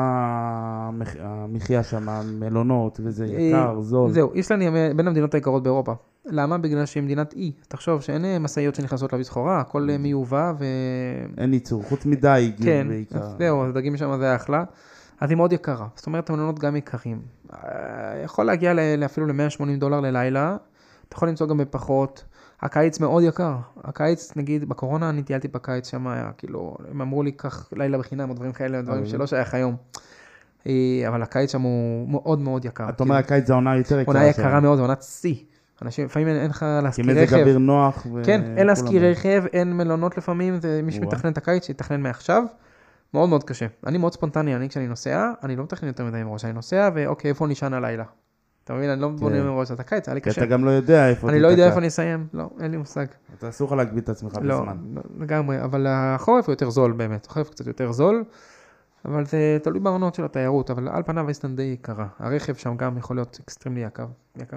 המחיה שם, מלונות, וזה יקר, זול. זהו, איסלנד היא בין המדינות היקרות באירופה. למה? בגלל שהיא מדינת אי. תחשוב שאין מסעיות שנכנסות להביא סחורה, הכל מיובא ו... אין ייצור, חוץ מדי. כן, זהו, הדגים שם זה אחלה. אז היא מאוד יקרה. זאת אומרת, המלונות גם יקרים. יכול להגיע אפילו ל-מאה ושמונים דולר ללילה, אתה יכול למצוא גם בפחות. הקיץ מאוד יקר. הקיץ, נגיד, בקורונה אני טיילתי בקיץ שם, היה, כאילו, הם אמרו לי, כך לילה בחינם, או דברים כאלה, דברים שלא שייך היום. אבל הקיץ שם הוא מאוד מאוד יקר. אתה אומר, הקיץ זה עונה יותר יקרה. עונה יקרה מאוד, עונת C. אנשים, לפעמים אין לך להסקי רכב. כי מזג אוויר נוח. כן, אין להסקי רכב, אין מלונות לפעמים, מי שמתכנן את הקיץ, שיתכנן מעכשיו. מאוד מאוד קשה. אני מאוד ספונטני, אני כשאני נוסע, אני לא מתכנן יותר מדי מראש, אני נוסע, ואוקיי, איפה נשען הלילה? אתה מבין, אני לא בונה מראש את הקיץ, היה לי קשה. אתה גם לא יודע איפה אני לא יודע איפה אני אסיים, לא, אין לי מושג. אתה אסור לך להגביל את עצמך בזמן. לא, לגמרי, אבל החורף הוא יותר זול באמת, החורף קצת יותר זול, אבל זה תלוי בעונות של התיירות, אבל על פניו איסלנד די יקרה. הרכב שם גם יכול להיות אקסטרימלי יקר, יקר.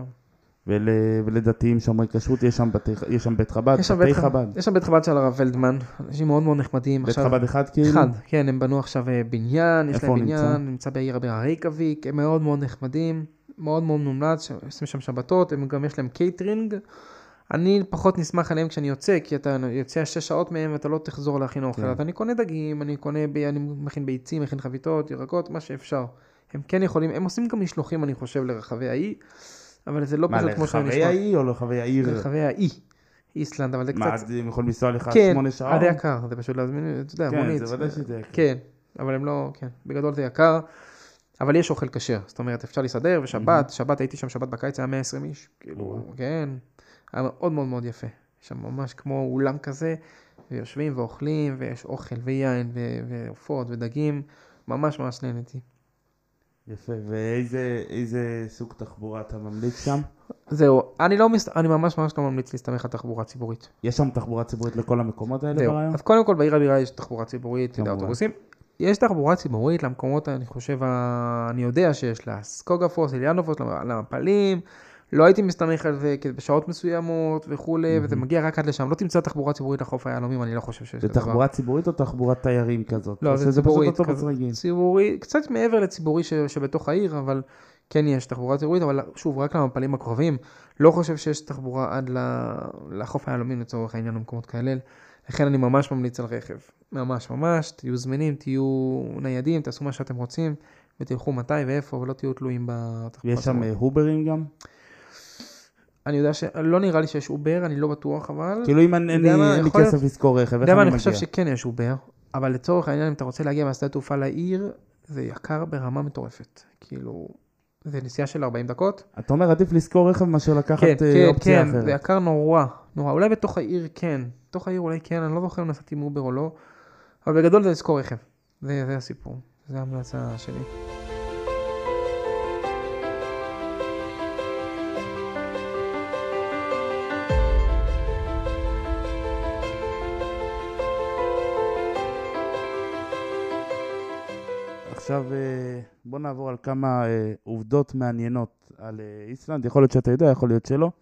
ולדתיים שומרי כשרות, יש שם בית חב"ד, בתי חב"ד. יש שם בית חב"ד של הרב ולדמן, אנשים מאוד מאוד נחמדים. בית חב"ד אחד כאילו? אחד, כן, הם בנו עכשיו בניין, יש להם בניין, נמצא בעיר רייקאביק, הם מאוד מאוד נחמדים, מאוד מאוד מומלץ, עושים שם שבתות, הם גם יש להם קייטרינג. אני פחות נשמח עליהם כשאני יוצא, כי אתה יוצא שש שעות מהם ואתה לא תחזור להכין אוכל. אני קונה דגים, אני קונה, אני מכין ביצים, מכין חביתות, ירקות, מה שאפשר. הם כן יכולים, הם עושים גם משלוחים, אני חושב, לרחבי האי. אבל זה לא פשוט כמו שאני נשמע. מה, לרחבי האי או לרחבי העיר? לרחבי האי, איסלנד, אבל זה קצת... מה, הם יכולים לנסוע לך שמונה שעות? כן, זה יקר, זה פשוט להזמין, אתה יודע, מונית. כן, זה ודאי שזה יקר. כן, אבל הם לא, כן, בגדול זה יקר, אבל יש אוכל כשר, זאת אומרת, אפשר לסדר, ושבת, שבת, הייתי שם שבת בקיץ, היה מאה ועשרים איש, כאילו, כן, היה מאוד מאוד מאוד יפה, שם ממש כמו אולם כזה, ויושבים ואוכלים, ויש אוכל ויין, ועופות ודגים, ממש ממש נהניתי. יפה, ואיזה סוג תחבורה אתה ממליץ שם? זהו, אני לא, אני ממש ממש לא ממליץ להסתמך על תחבורה ציבורית. יש שם תחבורה ציבורית לכל המקומות האלה ברעיון? אז קודם כל בעיר הבירה יש תחבורה ציבורית, אוטובוסים. יש תחבורה ציבורית למקומות, אני חושב, אני יודע שיש לה סקוגפוס, אליאנופוס, למפלים, לא הייתי מסתמך על זה בשעות מסוימות וכו', וזה מגיע רק עד לשם. לא תמצא תחבורה ציבורית לחוף היהלומים, אני לא חושב שיש זה תחבורה ציבורית או תחבורת תיירים כזאת? לא, זה ציבורית, ציבורית, קצת מעבר לציבורי שבתוך העיר, אבל כן יש תחבורה ציבורית, אבל שוב, רק למפלים הקרובים, לא חושב שיש תחבורה עד לחוף היהלומים לצורך העניין במקומות כאלה. לכן אני ממש ממליץ על רכב. ממש ממש, תהיו זמינים, תהיו ניידים, תעשו מה שאתם רוצים, ותלכו מתי ואיפה, ולא תהיו תלויים בתחבורה. יש שם הוברים גם? אני יודע שלא נראה לי שיש אובר, אני לא בטוח, אבל... כאילו אם אין לי כסף לזכור רכב, איך אני מגיע? אני חושב שכן יש אובר, אבל לצורך העניין, אם אתה רוצה להגיע מהשדה התעופה לעיר, זה יקר ברמה מטורפת. כאילו, זה נסיעה של ארבעים דקות. אתה אומר, עדיף לזכור רכב מאשר לקחת אופציה אחרת. כן, זה יקר נורא, נורא. אולי בתוך העיר כן, בתוך העיר אולי כן, אני לא זוכר אם נסעתי עם אובר או לא, אבל בגדול זה לזכור רכב. זה, זה הסיפור, זה ההמלצה שלי. עכשיו בוא נעבור על כמה עובדות מעניינות על איסלנד, יכול להיות שאתה יודע, יכול להיות שלא.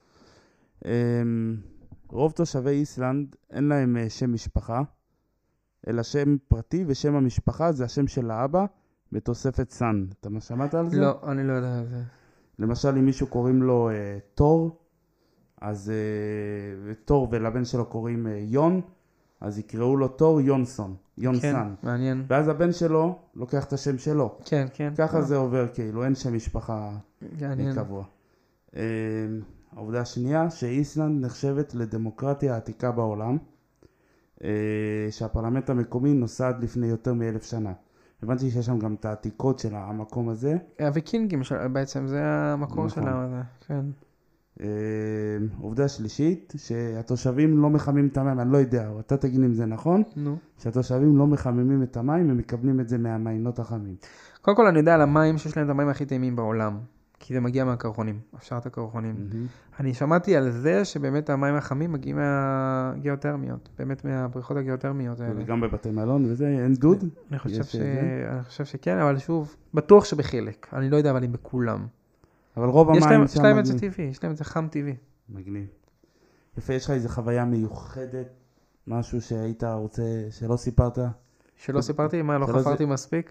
רוב תושבי איסלנד אין להם שם משפחה, אלא שם פרטי, ושם המשפחה זה השם של האבא בתוספת סן. אתה מה שמעת על זה? לא, אני לא יודע על זה. למשל אם מישהו קוראים לו תור, אז תור ולבן שלו קוראים יון, אז יקראו לו תור יונסון, יונסן. כן, מעניין. ואז הבן שלו לוקח את השם שלו. כן, כן. ככה זה עובר, כאילו, אין שם משפחה מעניין. קבוע. העובדה השנייה, שאיסלנד נחשבת לדמוקרטיה העתיקה בעולם, שהפרלמנט המקומי נוסד לפני יותר מאלף שנה. הבנתי שיש שם גם את העתיקות של המקום הזה. הוויקינגים בעצם, זה המקור שלהם, כן. עובדה שלישית, שהתושבים לא מחממים את המים, אני לא יודע, אתה תגיד אם זה נכון, נו. שהתושבים לא מחממים את המים, הם מקבלים את זה מהמיינות החמים. קודם כל אני יודע על המים שיש להם את המים הכי טעימים בעולם, כי זה מגיע מהקרחונים, הפשרת הקרחונים. Mm-hmm. אני שמעתי על זה שבאמת המים החמים מגיעים מהגיאותרמיות, באמת מהבריכות הגיאותרמיות האלה. וגם בבתי מלון וזה, אין דוד? אני חושב, ש... אני חושב שכן, אבל שוב, בטוח שבחלק, אני לא יודע אבל אם בכולם. אבל רוב המים שם יש להם את זה טבעי, יש להם את זה חם טבעי. מגניב. יפה, יש לך איזו חוויה מיוחדת, משהו שהיית רוצה, שלא סיפרת? שלא סיפרתי? מה, לא חפרתי מספיק?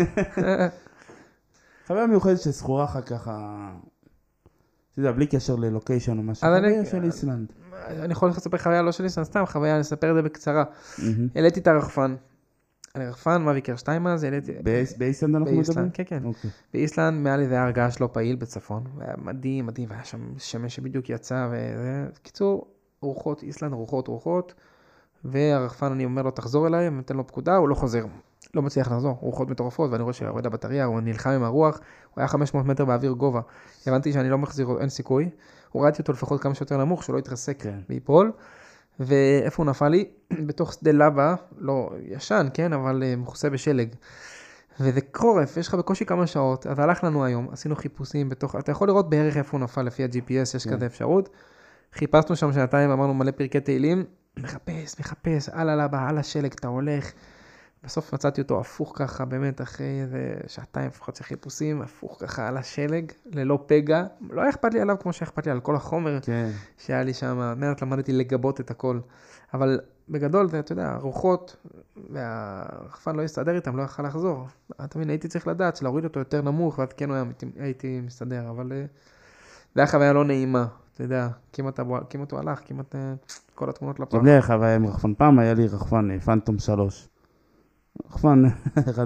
חוויה מיוחדת שזכורה לך ככה, אתה יודע, בלי קשר ללוקיישן או משהו, חוויה של איסלנד. אני יכול לספר חוויה לא של איסלנד, סתם חוויה, אני אספר את זה בקצרה. העליתי את הרחפן. הרחפן, מה ויקר שתיים אז, העליתי... באיסלנד אנחנו מדברים? כן, כן. באיסלנד, מעל איזה הר געש לא פעיל בצפון, והיה מדהים, מדהים, והיה שם שמש שבדיוק יצא, וזה... קיצור, רוחות, איסלנד, רוחות, רוחות, והרחפן אני אומר לו, תחזור אליי, נותן לו פקודה, הוא לא חוזר. לא מצליח לחזור, רוחות מטורפות, ואני רואה שיורד הבטריה, הוא נלחם עם הרוח, הוא היה חמש מאות מטר באוויר גובה. הבנתי שאני לא מחזיר, אין סיכוי. הורדתי אותו לפחות כמה שיותר נמוך, שלא יתרסק ויפול. ואיפה הוא נפל לי? בתוך שדה לבה, לא ישן, כן, אבל מכוסה בשלג. וזה קורף, יש לך בקושי כמה שעות, אז הלך לנו היום, עשינו חיפושים בתוך, אתה יכול לראות בערך איפה הוא נפל לפי ה-ג'י פי אס, יש כזה אפשרות. חיפשנו שם שנתיים, אמרנו מלא פרקי תהילים, מחפש, מחפש, על הלבה, על השלג, אתה הולך. בסוף מצאתי אותו הפוך ככה, באמת אחרי איזה שעתיים לפחות של חיפושים, הפוך ככה על השלג, ללא פגע. לא היה אכפת לי עליו כמו שאכפת לי על כל החומר כן. שהיה לי שם. מעט למדתי לגבות את הכל. אבל בגדול, אתה יודע, הרוחות והרחפן לא יסתדר איתם, לא יכל לחזור. אתה מבין, הייתי צריך לדעת שלהוריד אותו יותר נמוך, ואז כן הייתי מסתדר. אבל זה היה חוויה לא נעימה. אתה יודע, כמעט, כמעט הוא הלך, כמעט כל התמונות לפח. גם לי חוויה עם רחפן. פעם היה לי רחפן, פנטום שלוש. רחפן, אחד,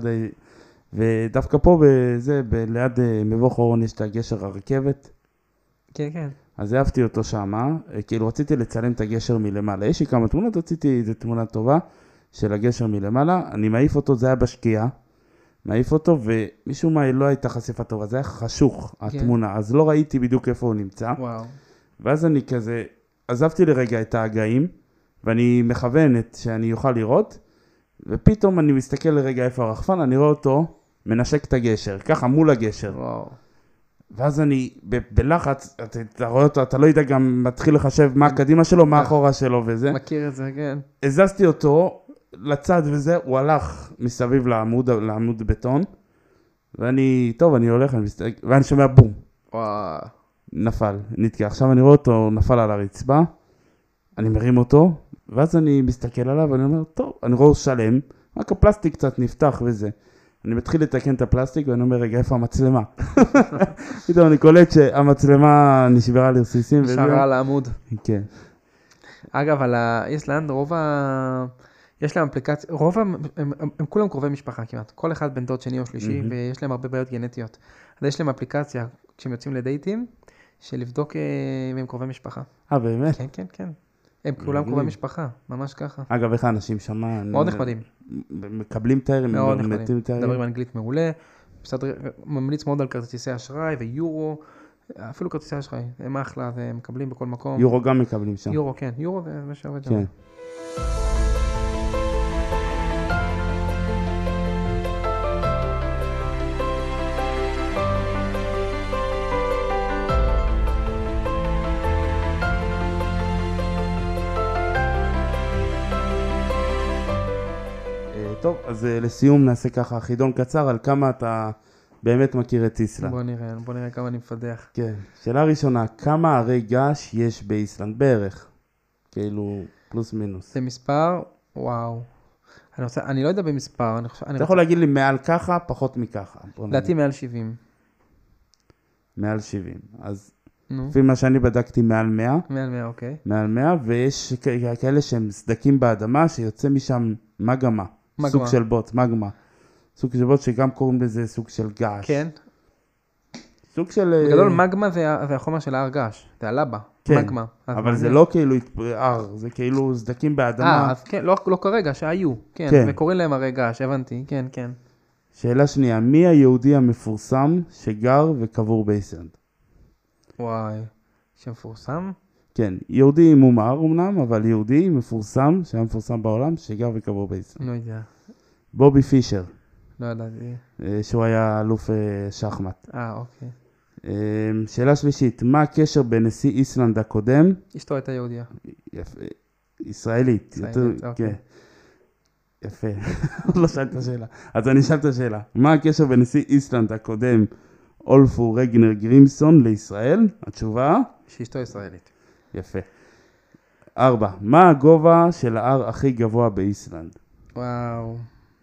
ודווקא פה בזה, ליד מבוא חורון יש את הגשר הרכבת. כן, כן. אז אהבתי אותו שם, כאילו רציתי לצלם את הגשר מלמעלה. יש לי כמה תמונות, רציתי איזו תמונה טובה של הגשר מלמעלה. אני מעיף אותו, זה היה בשקיעה. מעיף אותו, ומשום מה לא הייתה חשיפה טובה. זה היה חשוך, התמונה. אז לא ראיתי בדיוק איפה הוא נמצא. וואו. ואז אני כזה, עזבתי לרגע את ההגאים, ואני מכוון את שאני אוכל לראות, ופתאום אני מסתכל לרגע איפה הרחפן, אני רואה אותו מנשק את הגשר, ככה מול הגשר. וואו. ואז אני ב- בלחץ, אתה, אתה רואה אותו, אתה לא יודע גם מתחיל לחשב מה הקדימה שלו, מה האחורה שלו וזה. מכיר את זה, כן. הזזתי אותו לצד וזה, הוא הלך מסביב לעמוד, לעמוד בטון, ואני, טוב, אני הולך, אני מסתכל, ואני שומע בום. וואו. נפל, נתקע. עכשיו אני רואה אותו, נפל על הרצפה, אני מרים אותו, ואז אני מסתכל עליו ואני אומר, טוב, אני רואה שלם, רק הפלסטיק קצת נפתח וזה. אני מתחיל לתקן את הפלסטיק ואני אומר, רגע, איפה המצלמה? פתאום אני קולט שהמצלמה נשברה לרסיסים. נשארה על העמוד. כן. אגב, על האיסלנד, רוב ה... יש להם אפליקציה, רוב ה... הם, הם, הם כולם קרובי משפחה כמעט. כל אחד בן דוד שני או שלישי, ויש להם הרבה בעיות גנטיות. אז יש להם אפליקציה, כשהם יוצאים לדייטים, של לבדוק אם הם קרובי משפחה. אה, באמת? כן, כן, כן. הם כולם קרובי משפחה, ממש ככה. אגב, איך האנשים שמה... מאוד נחמדים. מקבלים תארים, מאוד נחמדים. מדברים אנגלית מעולה, ממליץ מאוד על כרטיסי אשראי ויורו, אפילו כרטיסי אשראי, הם אחלה, והם מקבלים בכל מקום. יורו גם מקבלים שם. יורו, כן, יורו זה מה שעובד שם. כן. טוב, אז לסיום נעשה ככה חידון קצר על כמה אתה באמת מכיר את איסלנד. בוא נראה, בוא נראה כמה אני מפדח. כן. שאלה ראשונה, כמה הרי געש יש באיסלנד בערך? כאילו, פלוס מינוס. זה מספר, וואו. אני, רוצה, אני לא יודע במספר. אני חושב, אתה אני יכול רוצה... להגיד לי מעל ככה, פחות מככה. לדעתי מעל שבעים. מעל שבעים. אז נו. לפי מה שאני בדקתי מעל מאה. מעל מאה, אוקיי. מעל מאה, ויש כאלה שהם סדקים באדמה, שיוצא משם מגמה. מגמה. סוג של בוט, מגמה. סוג של בוט שגם קוראים לזה סוג של געש. כן. סוג של... בגדול מגמה זה, זה החומר של ההר געש. זה הלבה. כן. מגמה. אבל זה לא כאילו הר, זה כאילו סדקים באדמה. אה, אז כן, לא, לא כרגע, שהיו. כן, כן. וקוראים להם הרי געש, הבנתי. כן, כן. שאלה שנייה, מי היהודי המפורסם שגר וקבור באיסלנד? וואי, שמפורסם? כן, יהודי מומר אמנם, אבל יהודי מפורסם, שהיה מפורסם בעולם, שגר וקבור באיסלנד. לא יודע. בובי פישר. לא ידעתי. שהוא היה אלוף שחמט. אה, אוקיי. שאלה שלישית, מה הקשר בין נשיא איסלנד הקודם? אשתו הייתה יהודיה. יפה. ישראלית. ישראלית, אוקיי. כן. יפה. לא שאלת את השאלה. אז אני אשאל את השאלה. מה הקשר בין נשיא איסלנד הקודם, אולפור רגנר גרימסון, לישראל? התשובה? שאשתו ישראלית. יפה. ארבע. מה הגובה של ההר הכי גבוה באיסלנד? וואו.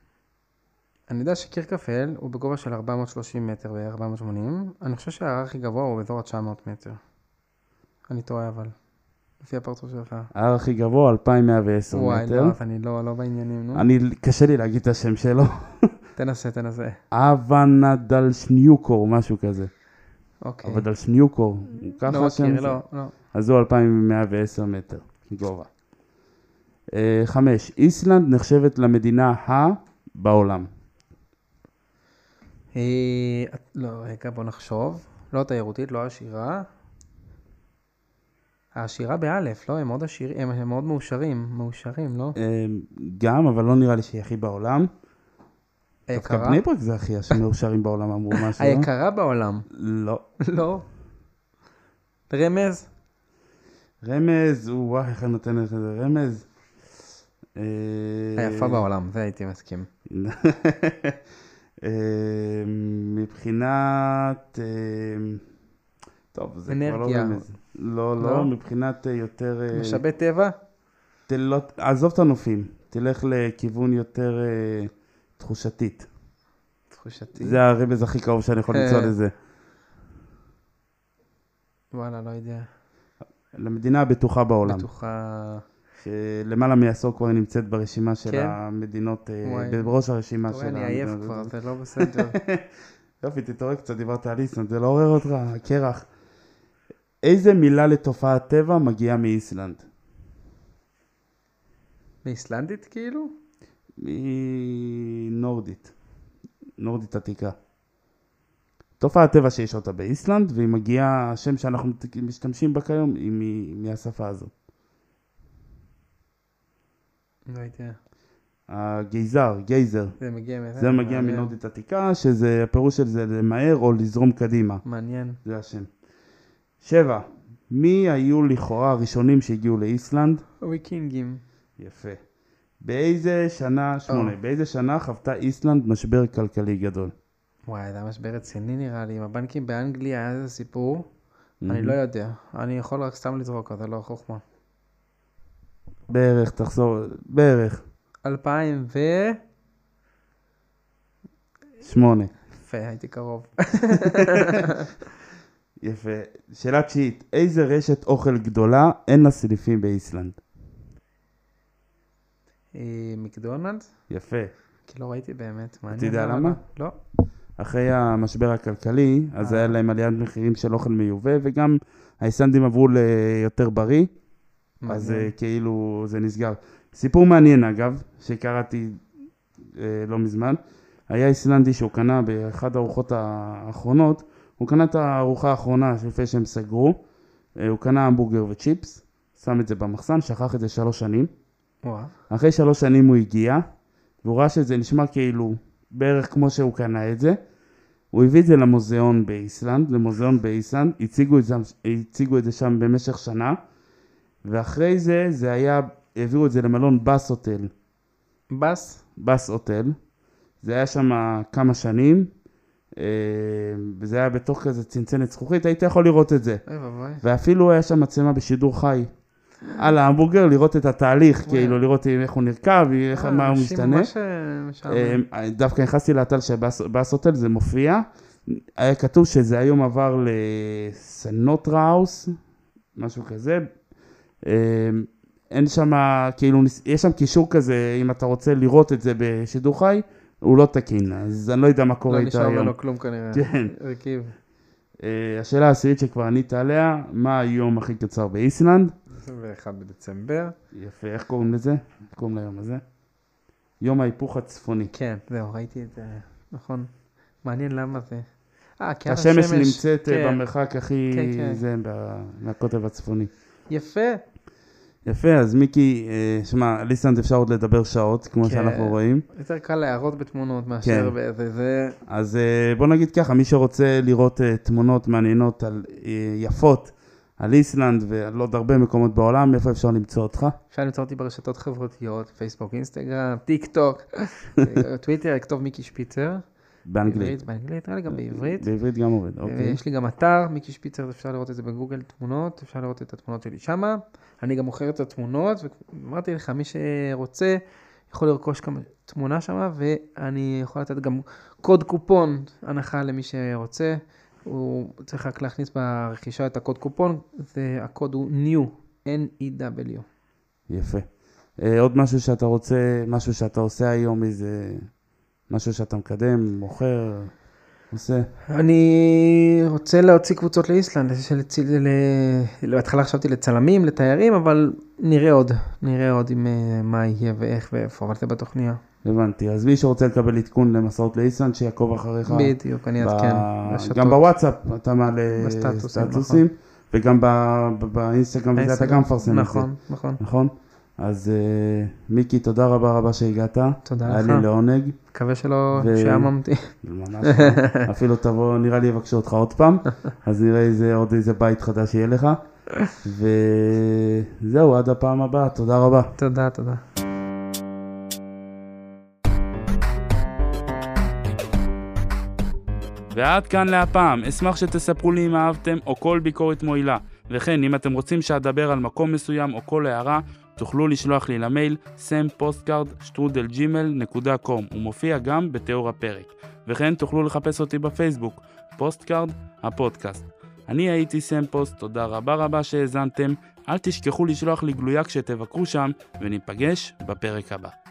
אני יודע שקירקפל הוא בגובה של ארבע מאות ושלושים מטר ו-ארבע מאות ושמונים. אני חושב שההר הכי גבוה הוא באזור ה-תשע מאות מטר. אני טועה אבל. לפי הפרצוף שלך. ההר הכי גבוה, אלפיים מאה ועשר וואי, מטר. וואי, לא, אני לא, לא בעניינים, נו. אני, קשה לי להגיד את השם שלו. תנסה, תנסה. אבנדלשניוקור, משהו כזה. אוקיי. אבנדלשניוקור. לא מכיר, לא, לא. אז הוא אלפיים מאה ועשר מטר. גובה. אה, חמש, איסלנד נחשבת למדינה ה... בעולם. אה, לא, רגע, בוא נחשוב. לא תיירותית, לא עשירה. העשירה באלף, לא? הם מאוד עשירים, הם מאוד מאושרים, מאושרים, לא? אה, גם, אבל לא נראה לי שהיא הכי בעולם. דווקא היקרה? בני ברק זה הכי המאושרים בעולם, אמרו משהו. לא? היקרה בעולם. לא. לא. רמז? רמז, הוא וואי, איך אני נותן לך איזה רמז? אה, היפה בעולם, זה הייתי מסכים. אה, מבחינת... אה, טוב, זה כבר לא אנרגיה. רמז. לא, לא? לא, מבחינת אה, יותר... אה, משאבי טבע? תל- עזוב את הנופים, תלך לכיוון יותר אה, תחושתית. תחושתי. זה הרמז הכי קרוב שאני יכול למצוא לזה. וואלה, לא יודע. למדינה הבטוחה בעולם. בטוחה... שלמעלה מעשור כבר נמצאת ברשימה של כן? המדינות, אה, וואי. בראש הרשימה אתה של רואה, אני עייף המדינות. כבר, זה לא בסדר. יופי, תתעורר קצת, דיברת על איסלנד, זה לא עורר אותך, קרח. איזה מילה לתופעת טבע מגיעה מאיסלנד? באיסלנדית כאילו? מנורדית, נורדית עתיקה. תופעת טבע שיש אותה באיסלנד, והיא מגיעה, השם שאנחנו משתמשים בה כיום, היא מ- מהשפה הזו. לא יודע. הגייזר, גייזר. זה מגיע מזה? זה מגיע מעניין. מנורדית עתיקה, שזה, הפירוש של זה למהר או לזרום קדימה. מעניין. זה השם. שבע. מי היו לכאורה הראשונים שהגיעו לאיסלנד? וויקינגים. יפה. באיזה שנה, שמונה, או. באיזה שנה חוותה איסלנד משבר כלכלי גדול? וואי, זה משבר רציני נראה לי. עם הבנקים באנגליה היה איזה סיפור. אני לא יודע. אני יכול רק סתם לזרוק, זה לא חוכמה. בערך, תחזור, בערך. אלפיים ו... שמונה. יפה, הייתי קרוב. יפה. שאלה תשיעית, איזה רשת אוכל גדולה אין לה סניפים באיסלנד? אה, מקדונלדס? יפה. כי לא ראיתי באמת. מעניין. אתה יודע למה למה? לא? לא. אחרי המשבר הכלכלי, אז אה. היה להם עליית מחירים של אוכל מיובא, וגם האיסלנדים עברו ליותר בריא, אז מעניין. אה, כאילו זה נסגר. סיפור מעניין אגב, שקראתי אה, לא מזמן, היה איסלנדי שהוא קנה באחד הארוחות האחרונות, הוא קנה את הארוחה האחרונה לפני שהם סגרו, אה, הוא קנה המבורגר וצ'יפס, שם את זה במחסן, שכח את זה שלוש שנים. וואו. אחרי שלוש שנים הוא הגיע, והוא ראה שזה נשמע כאילו בערך כמו שהוא קנה את זה. הוא הביא את זה למוזיאון באיסלנד, למוזיאון באיסלנד, הציגו את זה, הציגו את זה שם במשך שנה, ואחרי זה, זה היה, העבירו את זה למלון בס הוטל. בס? בס הוטל. זה היה שם כמה שנים, אה, וזה היה בתוך כזה צנצנת זכוכית, היית יכול לראות את זה. אוי ואבוי. ואפילו היה שם מצלמה בשידור חי. על ההמבורגר, לראות את התהליך, וואי. כאילו לראות איך הוא נרכב, איך, אה, מה הוא אנשים משתנה. ממש, אה, משעמם. אה, דווקא נכנסתי לאתר של בס הוטל, זה מופיע. היה כתוב שזה היום עבר לסנוטראוס, משהו כזה. אה, אין שם, כאילו, יש שם קישור כזה, אם אתה רוצה לראות את זה בשידור חי, הוא לא תקין, אז אני לא יודע מה קורה לא איתו נשאר היום. ממנו כלום כנראה. כן. רכיב. אה, השאלה העשירית שכבר ענית עליה, מה היום הכי קצר באיסלנד? עשרים ואחד בדצמבר. יפה, איך קוראים לזה? איך קוראים ליום הזה? יום ההיפוך הצפוני. כן, זהו, ראיתי את זה, נכון. מעניין למה זה. אה, כי השמש נמצאת אה, כן. במרחק הכי כן, כן. זה, ב- מהקוטב הצפוני. יפה. יפה, אז מיקי, אה, שמע, על איסלנד אפשר עוד לדבר שעות, כמו כן. שאנחנו רואים. יותר קל להראות בתמונות מאשר כן. באיזה זה. אז אה, בוא נגיד ככה, מי שרוצה לראות אה, תמונות מעניינות על, אה, יפות על איסלנד ועל עוד הרבה מקומות בעולם, איפה אפשר למצוא אותך? אפשר למצוא אותי ברשתות חברתיות, פייסבוק, אינסטגרם, טיק טוק, טוויטר, לכתוב מיקי שפיצר. באנגלית. באנגלית, נראה לי גם בעברית. בעברית גם עובד, אוקיי. יש לי גם אתר, מיקי שפיצר, אפשר לראות את זה בגוגל תמונות, אפשר לראות את התמונות שלי שמה. אני גם מוכר את התמונות, ואמרתי לך, מי שרוצה יכול לרכוש כמה תמונה שמה, ואני יכול לתת גם קוד קופון הנחה למי שרוצה. הוא צריך רק להכניס ברכישה את הקוד קופון, והקוד הוא new, N-E-W. יפה. אה, עוד משהו שאתה רוצה, משהו שאתה עושה היום, איזה משהו שאתה מקדם, מוכר, עושה? אני רוצה להוציא קבוצות לאיסלנד, בהתחלה חשבתי לצלמים, לתיירים, אבל נראה עוד, נראה עוד עם אה, מה יהיה ואיך ואיפה, אבל זה בתוכניה. הבנתי, אז מי שרוצה לקבל עדכון למסעות לאיסלנד, שיעקוב אחריך. בדיוק, אני אעדכן. גם בוואטסאפ אתה מעלה בסטטוסים, סטטוסים, וגם באינסטגרם וזה אתה גם מפרסם את זה. נכון, נכון. נכון? אז מיקי, תודה רבה רבה שהגעת. תודה לך. היה לי לעונג. מקווה שלא שעממתי. ממש לא. אפילו תבוא, נראה לי יבקשו אותך עוד פעם, אז נראה איזה, עוד איזה בית חדש יהיה לך. וזהו, עד הפעם הבאה. תודה רבה. תודה, תודה. ועד כאן להפעם, אשמח שתספרו לי אם אהבתם או כל ביקורת מועילה. וכן, אם אתם רוצים שאדבר על מקום מסוים או כל הערה, תוכלו לשלוח לי למייל סם-פוסטקארד שטרודל ג'ימייל נקודה קום, הוא מופיע גם בתיאור הפרק. וכן, תוכלו לחפש אותי בפייסבוק, פוסטקארד הפודקאסט. אני הייתי סם פוסט, תודה רבה רבה שהאזנתם, אל תשכחו לשלוח לי גלויה כשתבקרו שם, וניפגש בפרק הבא.